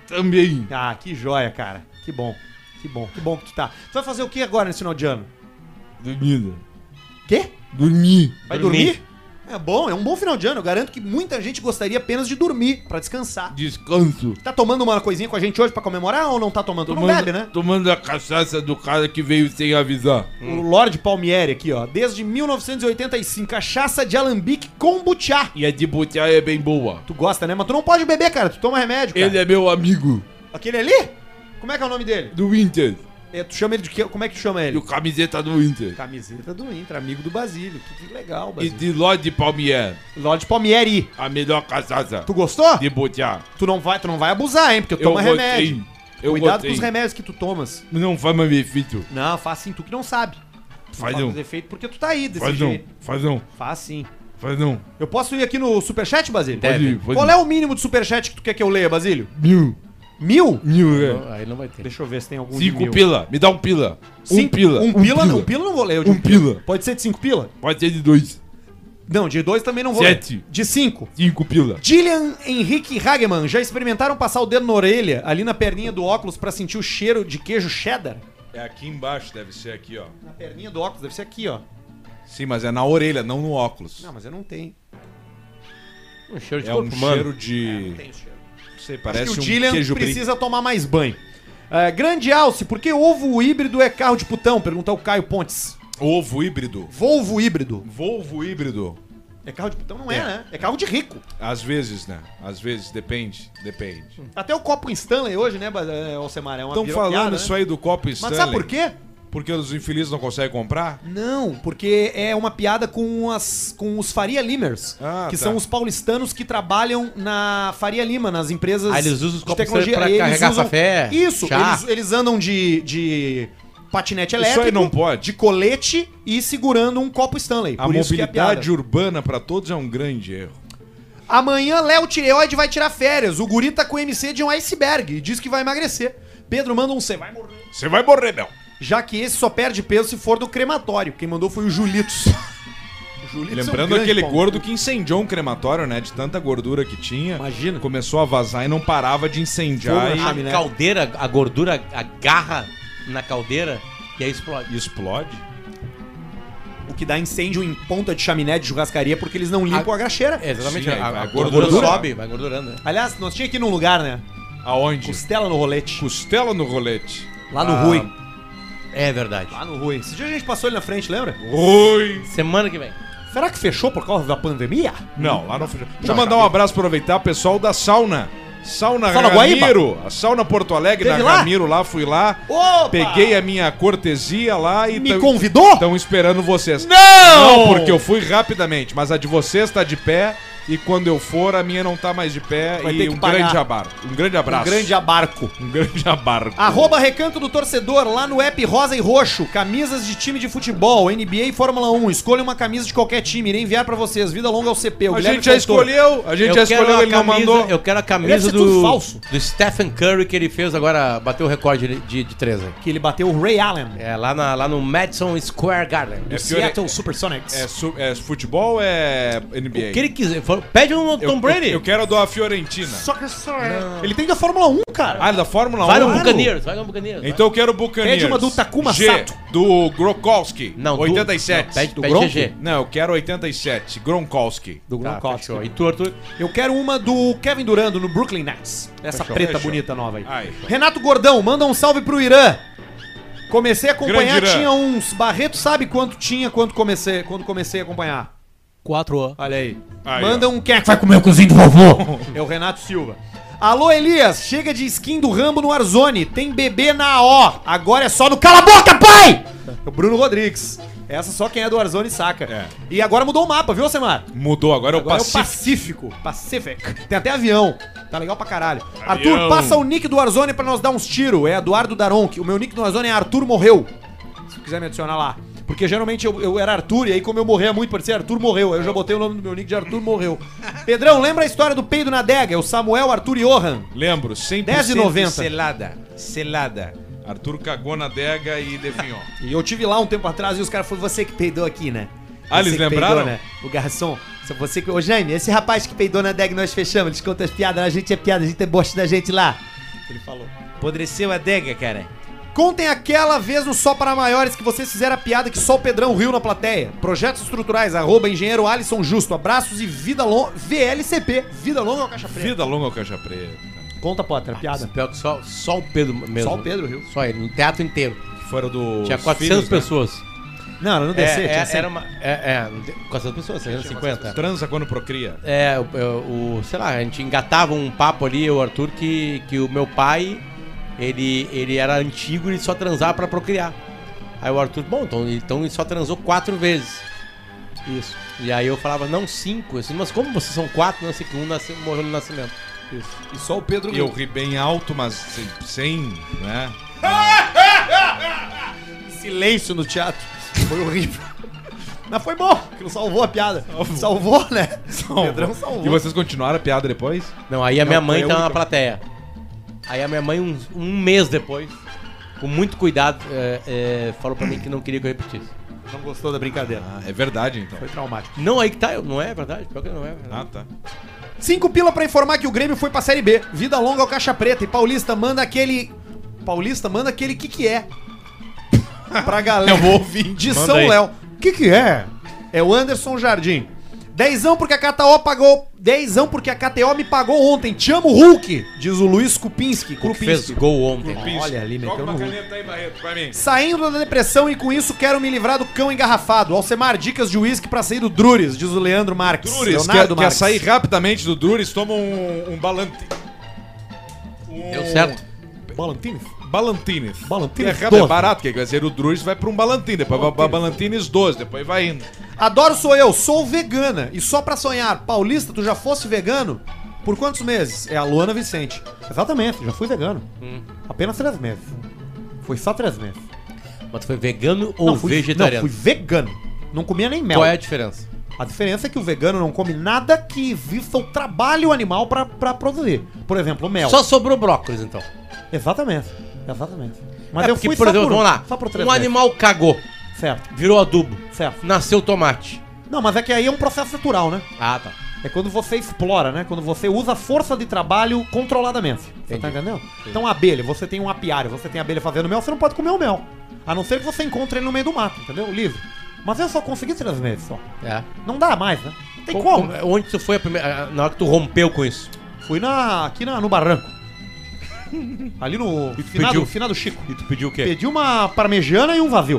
Também. Ah, que joia, cara. Que bom. Que bom que tu tá. Tu vai fazer o que agora nesse final de ano? Dormida. Quê? Dormir. Vai dormir? É bom, é um bom final de ano. Eu garanto que muita gente gostaria apenas de dormir, pra descansar. Descanso. Tá tomando uma coisinha com a gente hoje pra comemorar ou não tá tomando? Tu não bebe, né? Tomando a cachaça do cara que veio sem avisar. O Lorde Palmieri aqui, ó. Desde 1985, cachaça de alambique kombucha. E a de butiá é bem boa. Tu gosta, né? Mas tu não pode beber, cara. Tu toma remédio, cara. Ele é meu amigo. Aquele ali? Como é que é o nome dele? Do Inter. Tu chama ele de quê? Como é que tu chama ele? E o camiseta do Inter. Camiseta do Inter, amigo do Basílio. Que legal, E Basílio. de Lorde Palmier. Lorde Palmieri. A melhor cachaça. Tu gostou? De butiá. Tu não vai abusar, hein? Porque tu toma remédio. Cuidado gostei. com os remédios que tu tomas. Não faz mais efeito. Não, faz sim, tu que não sabe. Faz não. não. Faz efeito porque tu tá aí desse Faz não. jeito. Faz não. Faz sim. Faz não. Eu posso ir aqui no superchat, Basílio? Deve. Pode ir, pode Qual ir. é o mínimo de superchat que tu quer que eu leia, Basílio? 1000. 1000? 1000, é. Aí não vai ter. Deixa eu ver se tem algum de 5 1000. pila. Me dá um pila. Um pila. Um pila não vou ler. Eu digo pila. Pode ser de 5 pila? Pode ser de 2. Não, de 2 também não vou 7. ler. De 5. 5 pila. Gillian Henrique Hageman, já experimentaram passar o dedo na orelha, ali na perninha do óculos, pra sentir o cheiro de queijo cheddar? É aqui embaixo, deve ser aqui, ó. Na perninha do óculos, deve ser aqui, ó. Sim, mas é na orelha, não no óculos. Não, mas eu não tenho. Um cheiro de É corpo um humano. cheiro de... Não tenho cheiro. Não sei, Acho parece que o um Gillian queijo precisa tomar mais banho. Grande Alce, por que ovo híbrido é carro de putão? Pergunta o Caio Pontes. Ovo híbrido. Volvo híbrido. Volvo híbrido. É carro de putão? Não é, É. né? É carro de rico. Às vezes, né? Às vezes, depende. Até o copo Stanley hoje, né, Alcemar? É uma Estão virou falando piada, isso né? aí do copo Mas Stanley. sabe por quê? Porque os infelizes não conseguem comprar? Não, porque é uma piada com os Faria Limers, Ah, que tá. são os paulistanos que trabalham na Faria Lima, nas empresas Ah, eles usam os de copos tecnologia. pra Eles carregar café, Isso, chá. eles andam de patinete Isso elétrico, aí não pode. de colete e segurando um copo Stanley. A Por isso que é mobilidade piada. urbana pra todos é um grande erro. Amanhã Léo Tireoide vai tirar férias. O guri tá com MC de um iceberg e diz que vai emagrecer. Pedro manda um C, vai morrer. Você vai morrer, meu. Já que esse só perde peso se for do crematório. Quem mandou foi o Julitos. O Julitos Lembrando é um grande aquele pau. gordo que incendiou um crematório, né? De tanta gordura que tinha. Imagina. Começou a vazar e não parava de incendiar Fogo na e chaminé. A caldeira, a gordura agarra na caldeira e aí explode. explode. O que dá incêndio em ponta de chaminé de churrascaria porque eles não limpam a graxeira. É, exatamente. Sim, aí a vai gordura gordura. sobe, vai gordurando, né? Aliás, nós tínhamos que ir num lugar, né? Aonde? Costela no rolete. Costela no rolete. Lá no Ah. Rui. É verdade. Lá no Rui. Esse dia a gente passou ali na frente, lembra? Oi! Semana que vem. Será que fechou por causa da pandemia? Não, lá no... Deixa eu mandar um abraço, aproveitar, pessoal da sauna. Sauna Sauna Ramiro. A sauna Porto Alegre, Teve na lá? Ramiro, lá fui lá. Opa! Peguei a minha cortesia lá e Me convidou? estão esperando vocês. Não! Não, porque eu fui rapidamente, mas a de vocês tá de pé e quando eu for, a minha não tá mais de pé. Vai ter E que um pagar. grande abraço. Um grande abraço. Um grande abarco. Um grande abarco. @Recanto do Torcedor, lá no app Rosa e Roxo. Camisas de time de futebol, NBA e Fórmula 1. Escolha uma camisa de qualquer time. Irei enviar pra vocês. Vida longa ao CP. O A Guilherme gente já Fontoura. escolheu. A gente já escolheu, ele não mandou. Eu quero a Deve camisa ser tudo do, falso. do Stephen Curry que ele fez agora, bateu o recorde de 3 aí. Que ele bateu o Ray Allen. É, lá no Madison Square Garden. Do É Seattle Supersonics. É futebol ou é NBA? O que ele quiser. Pede um Tom Brady. Eu quero a da Fiorentina. Ele tem da Fórmula 1, cara. Ah, da Fórmula 1? Vai no Claro. Buccaneers, vai no Buccaneers. Então eu quero o Buccaneers. Pede uma do Takuma G, Sato. do Grokowski. Não, 87. Não, pede Do pede Gronk? GG. Não, eu quero 87. Gronkowski. Do Tá, Gronkowski. fechou. E tu, Arthur? Eu quero uma do Kevin Durant no Brooklyn Nets. Essa Fechou, preta fechou. bonita nova aí. Aí. Renato Gordão, manda um salve pro Irã. Comecei a acompanhar, Grande Irã. tinha uns. Barreto sabe quanto tinha quando comecei a acompanhar. 4 anos. Olha aí. Aí, Manda ó. um quem é que vai comer o cozinho do vovô? É o Renato Silva. Alô, Elias, chega de skin do Rambo no Warzone. Tem bebê na O. Agora é só no Cala a Boca, pai! É o Bruno Rodrigues. Essa só quem é do Warzone saca. É. E agora mudou o mapa, viu, Alcemar? Mudou, agora é o Agora Pacífico. é o Pacific. Tem até avião. Tá legal pra caralho. Avião. Arthur, passa o nick do Warzone pra nós dar uns tiros. É Eduardo Daronc. O meu nick do Warzone é Arthur Morreu. Se quiser me adicionar lá. Porque geralmente eu era Arthur e aí como eu morria muito, parecia Arthur Morreu. Aí eu já botei o nome do meu nick de Arthur Morreu. Pedrão, lembra a história do peido na adega? É o Samuel, Arthur e Johan. Lembro, 100% 10,90. selada. Selada. Arthur cagou na adega e definhou. E eu tive lá um tempo atrás e os caras falaram, você que peidou aqui, né? Ah, eles Você que lembraram? Peidou, né? O garçom. Se você que... Ô, Jaime, esse rapaz que peidou na adega nós fechamos, eles contam as piadas, a gente é piada, a gente é bosta da gente lá. Ele falou. Apodreceu a adega, cara. Contem aquela vez no Só para Maiores que vocês fizeram a piada que só o Pedrão riu na plateia. Projetos estruturais, @engenheiro Alisson Justo. Abraços e vida longa. VLCP. Vida longa ao Caixa Preta. Vida longa ao Caixa Preta. Conta, Potter, a piada. Pior que só o Pedro mesmo. Só o Pedro riu. Só ele, no teatro inteiro. Fora do. Tinha 400 pessoas. Não, era no DC. tinha 100. Era uma... 400 pessoas, 350. Transa quando procria. Sei lá, a gente engatava um papo ali, o Arthur, que o meu pai, ele era antigo e ele só transava pra procriar. Aí o Arthur, bom, então ele só transou 4 vezes. Isso. E aí eu falava, não, 5. Assim, mas como vocês são 4? Não sei que um morreu no nascimento. Isso. E só o Pedro Eu ri bem alto, mas sem, né? Silêncio no teatro. Foi horrível. Mas foi bom, que não salvou a piada. Salvou, né? O Pedrão salvou. E vocês continuaram a piada depois? Não, aí a minha mãe tava na plateia. Aí a minha mãe, um mês depois, com muito cuidado, falou pra mim que não queria que eu repetisse. Não gostou da brincadeira. É verdade, então. Foi traumático. Não, aí que tá, não é verdade, pior que não é verdade. Ah, tá. 5 pila pra informar que o Grêmio foi pra Série B. Vida longa ao Caixa Preta. E Paulista manda aquele que é. Pra galera. Eu vou ouvir. De Manda São aí. Léo. Que é? É o Anderson Jardim. 10 porque a KTO pagou. 10 porque a KTO me pagou ontem. Te amo, Hulk. Diz o Luiz Kupinski. Fez gol ontem. Olha ali, Joga metendo uma no Hulk. caneta aí, Barreto, pra mim. Saindo da depressão e com isso quero me livrar do cão engarrafado. Alcemar, dicas de uísque pra sair do Drures, diz o Leandro Marques. Druris, Leonardo quer Marques. sair rapidamente do Druris, toma um Balante. Deu certo? Balantines? Balantines. Balantines É rápido, é 12. barato, que vai ser o Druris vai pra um Balantine, depois vai pra Balantines 12, depois vai indo. Adoro sou eu, sou vegana. E só pra sonhar, Paulista, tu já fosse vegano? Por quantos meses? É a Luana Vicente. Exatamente, já fui vegano. Apenas 3 meses. Foi só 3 meses. Mas tu foi vegano ou fui, vegetariano? Não, fui vegano. Não comia nem mel. Qual é a diferença? A diferença é que o vegano não come nada que vista o trabalho animal pra produzir. Por exemplo, o mel. Só sobrou brócolis, então. Exatamente. Mas Porque, por exemplo, vamos lá. Só por 3 Um meses. animal cagou, Certo, virou adubo, certo. nasceu tomate. Não, mas é que aí é um processo natural, né? Ah, tá. É quando você explora, né? Quando você usa a força de trabalho controladamente. Você Entendi. tá entendendo? Então, a abelha, você tem um apiário, você tem a abelha fazendo mel, você não pode comer o mel. A não ser que você encontre ele no meio do mato, entendeu? Livre. Mas eu só consegui 3 meses só. É. Não dá mais, né? Tem como? Onde tu foi na hora que tu rompeu com isso? Fui no barranco. Ali no finado Chico. E tu pediu o quê? Pedi uma parmegiana e um vazio.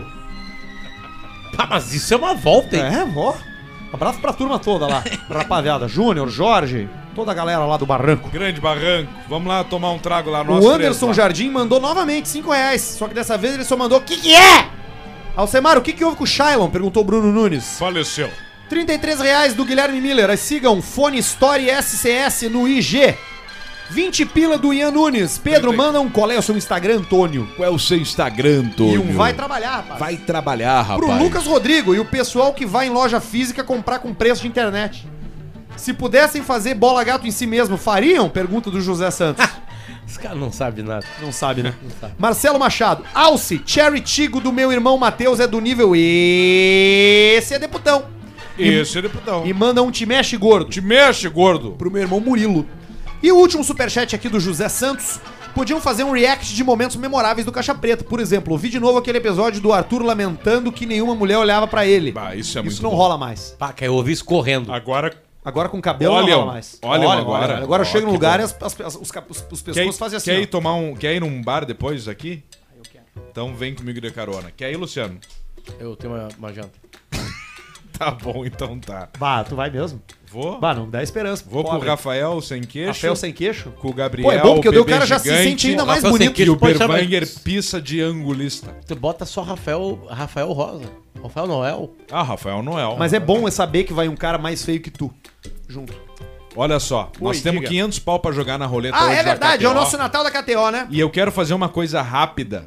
Ah, mas isso é uma volta, hein? É, ó. Abraço pra turma toda lá. Rapaziada, Júnior, Jorge, toda a galera lá do barranco. Grande barranco. Vamos lá tomar um trago lá. O Anderson Jardim mandou novamente R$5. Só que dessa vez ele só mandou: que é? Alcemar, o que houve com o Shailon? Perguntou o Bruno Nunes. Faleceu. R$33 do Guilherme Miller. Aí sigam Fone Story SCS no IG. 20 pila do Ian Nunes. Pedro, manda um. Qual é o seu Instagram, Antônio? Qual é o seu Instagram, Antônio? E um vai trabalhar, rapaz. Vai trabalhar, rapaz. Pro Lucas Rodrigo e o pessoal que vai em loja física comprar com preço de internet. Se pudessem fazer bola gato em si mesmo, fariam? Pergunta do José Santos. Esse cara não sabe nada. Não sabe, né? Não sabe. Marcelo Machado. Alce, Cherry Tigo do meu irmão Matheus é do nível. Esse é deputão. Esse é deputão. E manda um te mexe gordo Te mexe, gordo. pro meu irmão Murilo. E o último superchat aqui do José Santos. Podiam fazer um react de momentos memoráveis do Caixa Preta. Por exemplo, ouvi de novo aquele episódio do Arthur lamentando que nenhuma mulher olhava pra ele. Bah, isso é muito Isso não bom. rola mais. Pá, que eu ouvi isso correndo. Agora Com cabelo Olha, não rola mais. olha agora. Agora eu chego no que lugar bom. e os pessoas fazem assim. Quer ir ó. quer ir num bar depois aqui? Eu quero. Então vem comigo de carona. Quer ir, Luciano? Eu tenho uma janta. Tá bom, então tá. Bah, tu vai mesmo? Vou. Bah, não dá esperança. Vou com o Rafael sem queixo. Rafael sem queixo? Com o Gabriel. Pô, é bom porque o bebê cara já se gigante, sente ainda mais Rafael sem bonito. queixo. E o Pode chamar- Berwanger pisa de angulista. Tu bota só Rafael Rosa. Rafael Noel. Ah, Rafael Noel. Mas é bom saber que vai um cara mais feio que tu junto. Olha só, nós Oi, temos diga. 500 pau pra jogar na roleta Ah, hoje é da verdade, é o KTO. nosso Natal da KTO, né? E eu quero fazer uma coisa rápida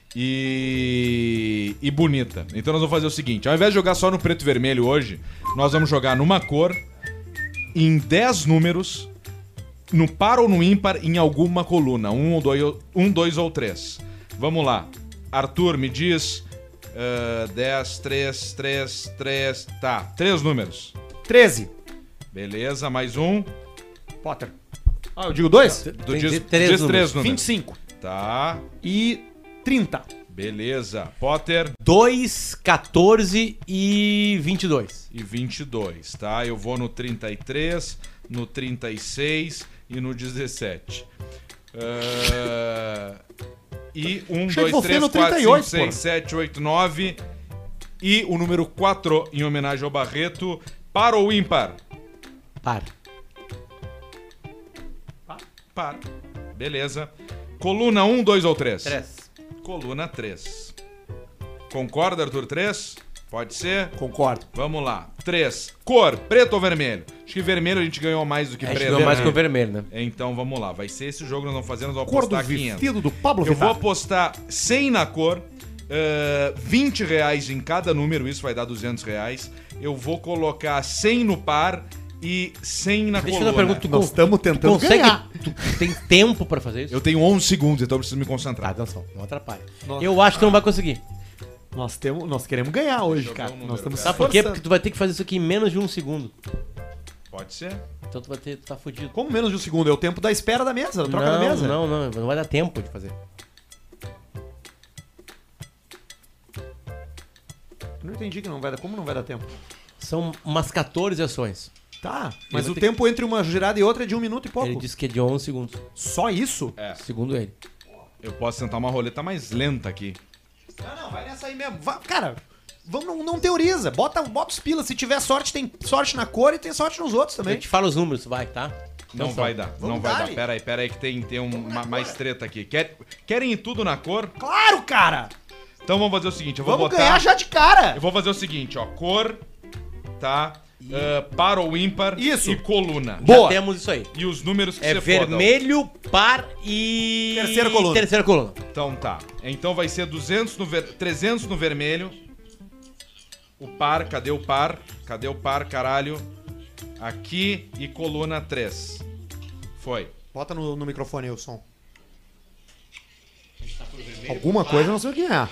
e bonita. Então nós vamos fazer o seguinte, ao invés de jogar só no preto e vermelho hoje, nós vamos jogar numa cor, em 10 números, no par ou no ímpar, em alguma coluna. 1, 2 ou 3. Vamos lá. Arthur, me diz 10, 3. Tá, 3 números. 13. Beleza, mais um. Potter. Ah, eu digo 2? Diz três 3 números. 25. Tá, E 30. beleza. Potter 2, 14 e 22. e 22, tá? Eu vou no 33, no 36 e no 17. E 1, Achei que 2, você 3, no 4, 5, 38, 6, pô. 7, 8, 9. E o número 4, em homenagem ao Barreto, para ou ímpar? Par. Par. Beleza. Coluna 1, 2 ou 3? 3. Coluna 3. Concorda, Arthur? 3? Pode ser? Concordo. Vamos lá. 3. Cor, preto ou vermelho? Acho que vermelho a gente ganhou mais do que A gente preto. ganhou mais né? que o vermelho, né? Então vamos lá. Vai ser esse jogo que nós vamos fazer. Nós vamos Cor do apostar 500. vestido do Pablo Eu vou Vittar. apostar 100 na cor. R$20 em cada número. Isso vai dar R$200. Eu vou colocar 100 no par e 100 na Deixa eu coluna. fazer uma pergunta. Nós estamos tentando Consegue? ganhar. Tu tem tempo pra fazer isso? Eu tenho 11 segundos, então eu preciso me Tá, concentrar. atenção. Não atrapalha. Nossa. Eu acho que tu não vai conseguir. Nós queremos ganhar hoje, eu ver cara. um número, Nós estamos Sabe por quê? Porque tu vai ter que fazer isso aqui em menos de 1 segundo. Pode ser? Então tu tá fudido. Como menos de um segundo? É o tempo da espera da mesa, da troca da mesa. Não vai dar tempo de fazer. Eu não entendi que não vai dar. Como não vai dar tempo? São umas 14 ações. Tá, mas vou o ter tempo entre uma girada e outra é de 1 minuto e pouco. Ele disse que é de 11 segundos. Só isso? É. Segundo ele. Eu posso tentar uma roleta mais lenta aqui. Não, vai nessa aí mesmo. Cara, vamos, não teoriza. Bota os pilas. Se tiver sorte, tem sorte na cor e tem sorte nos outros também. Eu te falo os números, vai, tá? Não Atenção. vai dar, não vai dar-lhe. dar. Pera aí que tem mais treta aqui. Querem ir tudo na cor? Claro, cara! Então vamos fazer o seguinte, eu vou Vamos botar... ganhar já de cara! Eu vou fazer o seguinte, ó, cor, tá? Par ou ímpar Isso. e coluna. Boa. Já temos isso aí. E os números que É você fodam. vermelho, par e... Terceira coluna. Terceira coluna. Então tá. Então vai ser 300 no vermelho. O par, cadê o par? Cadê o par, caralho? Aqui e coluna 3. Foi. Bota no microfone aí o som. Alguma coisa nós vamos ganhar.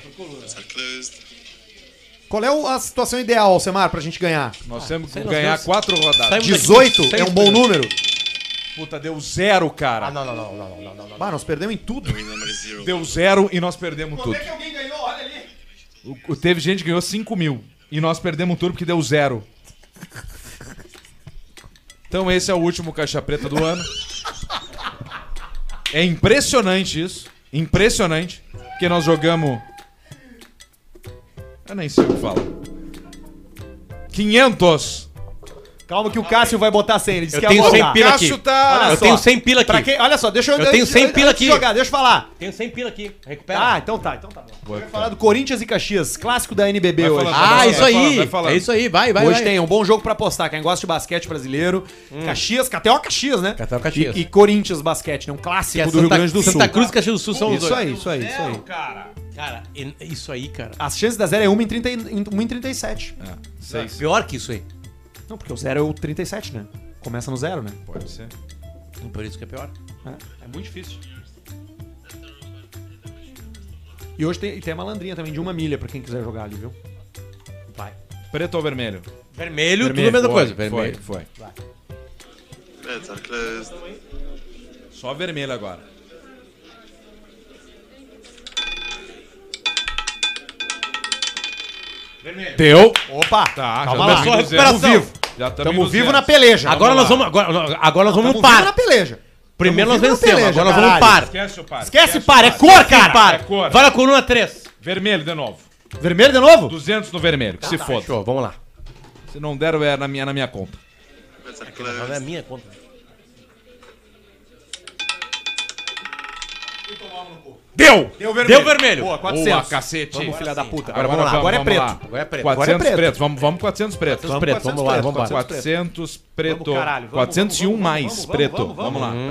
Qual é a situação ideal, Alcemar, pra gente ganhar? Nós temos que sei ganhar lá, 4 rodadas. saímos 18 daqui, é um bom número? Puta, deu 0, cara. Ah, não. Bah, nós perdemos em tudo. Deu 0 e nós perdemos tudo. que alguém ganhou? Olha ali. Teve gente que ganhou 5 mil. E nós perdemos tudo porque deu 0. Então esse é o último Caixa Preta do ano. É impressionante isso. Impressionante. Porque nós jogamos... Eu nem sei o que fala. 500. Calma que o Cássio vai botar 100. Ele disse Eu que tenho ia 100 botar. pila aqui. Cássio tá... Olha Eu só. tenho 100 pila aqui. Pra quem, olha só, deixa Eu tenho 100 pila antes de aqui. jogar, deixa eu falar. Tenho 100 pila aqui. Recupera. Ah, então tá bom. Eu vou falar do Corinthians e Caxias, clássico da NBB Vai hoje. falando, Ah, vai isso falando, aí. vai falando. É isso aí. Vai. Hoje tem um bom jogo pra apostar. Quem gosta de basquete brasileiro, Caxias, KTO Caxias, né? KTO Caxias. E Corinthians Basquete, né? Um clássico Que é do Rio Grande do Sul. Santa Cruz e Caxias do Sul são os Isso dois. aí, isso aí, isso aí. Cara. Cara, isso aí, cara. As chances da zero é 1 em 37. É, 6. Pior que isso aí. Não, porque o zero é o 37, né? Começa no zero, né? Pode ser. Por isso que é pior. É muito difícil. E hoje tem a malandrinha também de 1 milha pra quem quiser jogar ali, viu? Vai. Preto ou vermelho? Vermelho, tudo a mesma Foi, coisa. Vermelho. Foi. Bets are closed. Só vermelho agora. Vermelho. Deu. Opa! Tá, calma já lá. tamo indo Recuperação. zero. Vivo. Já Tamo vivo 200. na peleja. Agora nós lá. vamos, agora nós vamos Tamo no vivo na par. peleja. Primeiro nós Tamo vivo na vencemos, peleja, agora nós vamos caralho. par. Esquece o par. Esquece par, é cor, cara! Par. É cor. Vai na coluna 3. Vermelho de novo. Vermelho de novo? 200 no vermelho, que se foda. Show, vamos lá. Se não der, é na minha conta. Bets are Não é a closed. minha conta. Deu! Deu Deu vermelho. Boa, Boa, 400. cacete. Vamos, filha da puta. Agora vamos lá. Agora é preto. Agora é preto. 400 preto. pretos. Vamos 400 pretos. Vamos preto, vamos lá, vamos lá. 400 preto. Vamos, caralho, vamos, 401 vamos, mais vamos, preto. vamos, Vamos lá.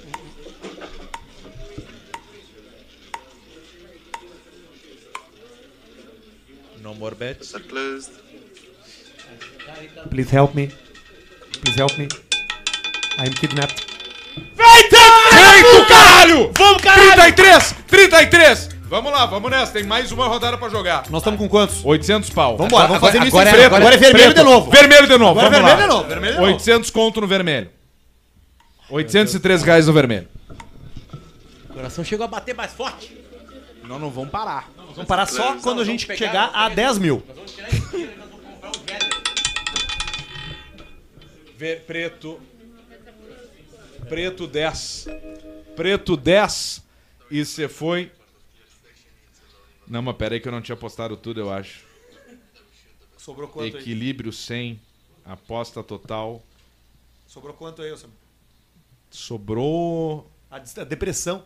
No more bets. Bets are closed. Please help me. Please help me. I'm kidnapped. Feito, caralho! Vamos, caralho! 33! Vamos lá, vamos nessa. Tem mais uma rodada pra jogar. Nós estamos com quantos? 800 pau. Vambora, vamos fazer isso em agora é- preto. Agora é vermelho Preto. de novo. Vermelho de novo, Agora é vamos vermelho lá. de novo, vermelho de novo. 800 conto no vermelho. R$803 no vermelho. O coração chegou a bater mais forte. Nós não vamos parar. Vamos parar só quando a gente chegar a 10 mil. Nós vamos tirar esse dinheiro e nós vamos comprar o Getter. Preto 10. Preto 10. E você foi... Não, mas pera aí que eu não tinha postado tudo, eu acho. Sobrou quanto aí? Equilíbrio 100. Aposta total. Sobrou quanto aí, Sam? Sobrou... A depressão.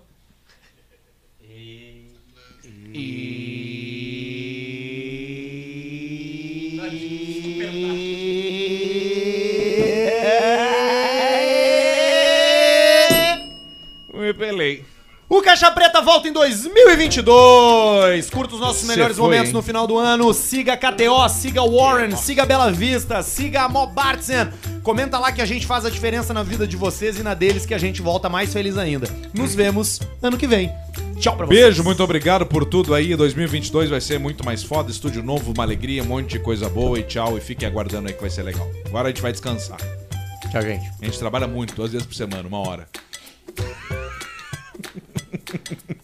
Me pelei. O Caixa Preta volta em 2022. Curta os nossos melhores momentos hein? no final do ano. Siga a KTO, siga o Warren, siga a Bela Vista, siga a Mobartsen. Comenta lá que a gente faz a diferença na vida de vocês e na deles, que a gente volta mais feliz ainda. Nos vemos ano que vem. Tchau pra vocês. Beijo, muito obrigado por tudo aí. 2022 vai ser muito mais foda. Estúdio novo, uma alegria, um monte de coisa boa. E tchau. E fiquem aguardando aí que vai ser legal. Agora a gente vai descansar. Tchau, gente. A gente trabalha muito, 2 vezes por semana, 1 hora.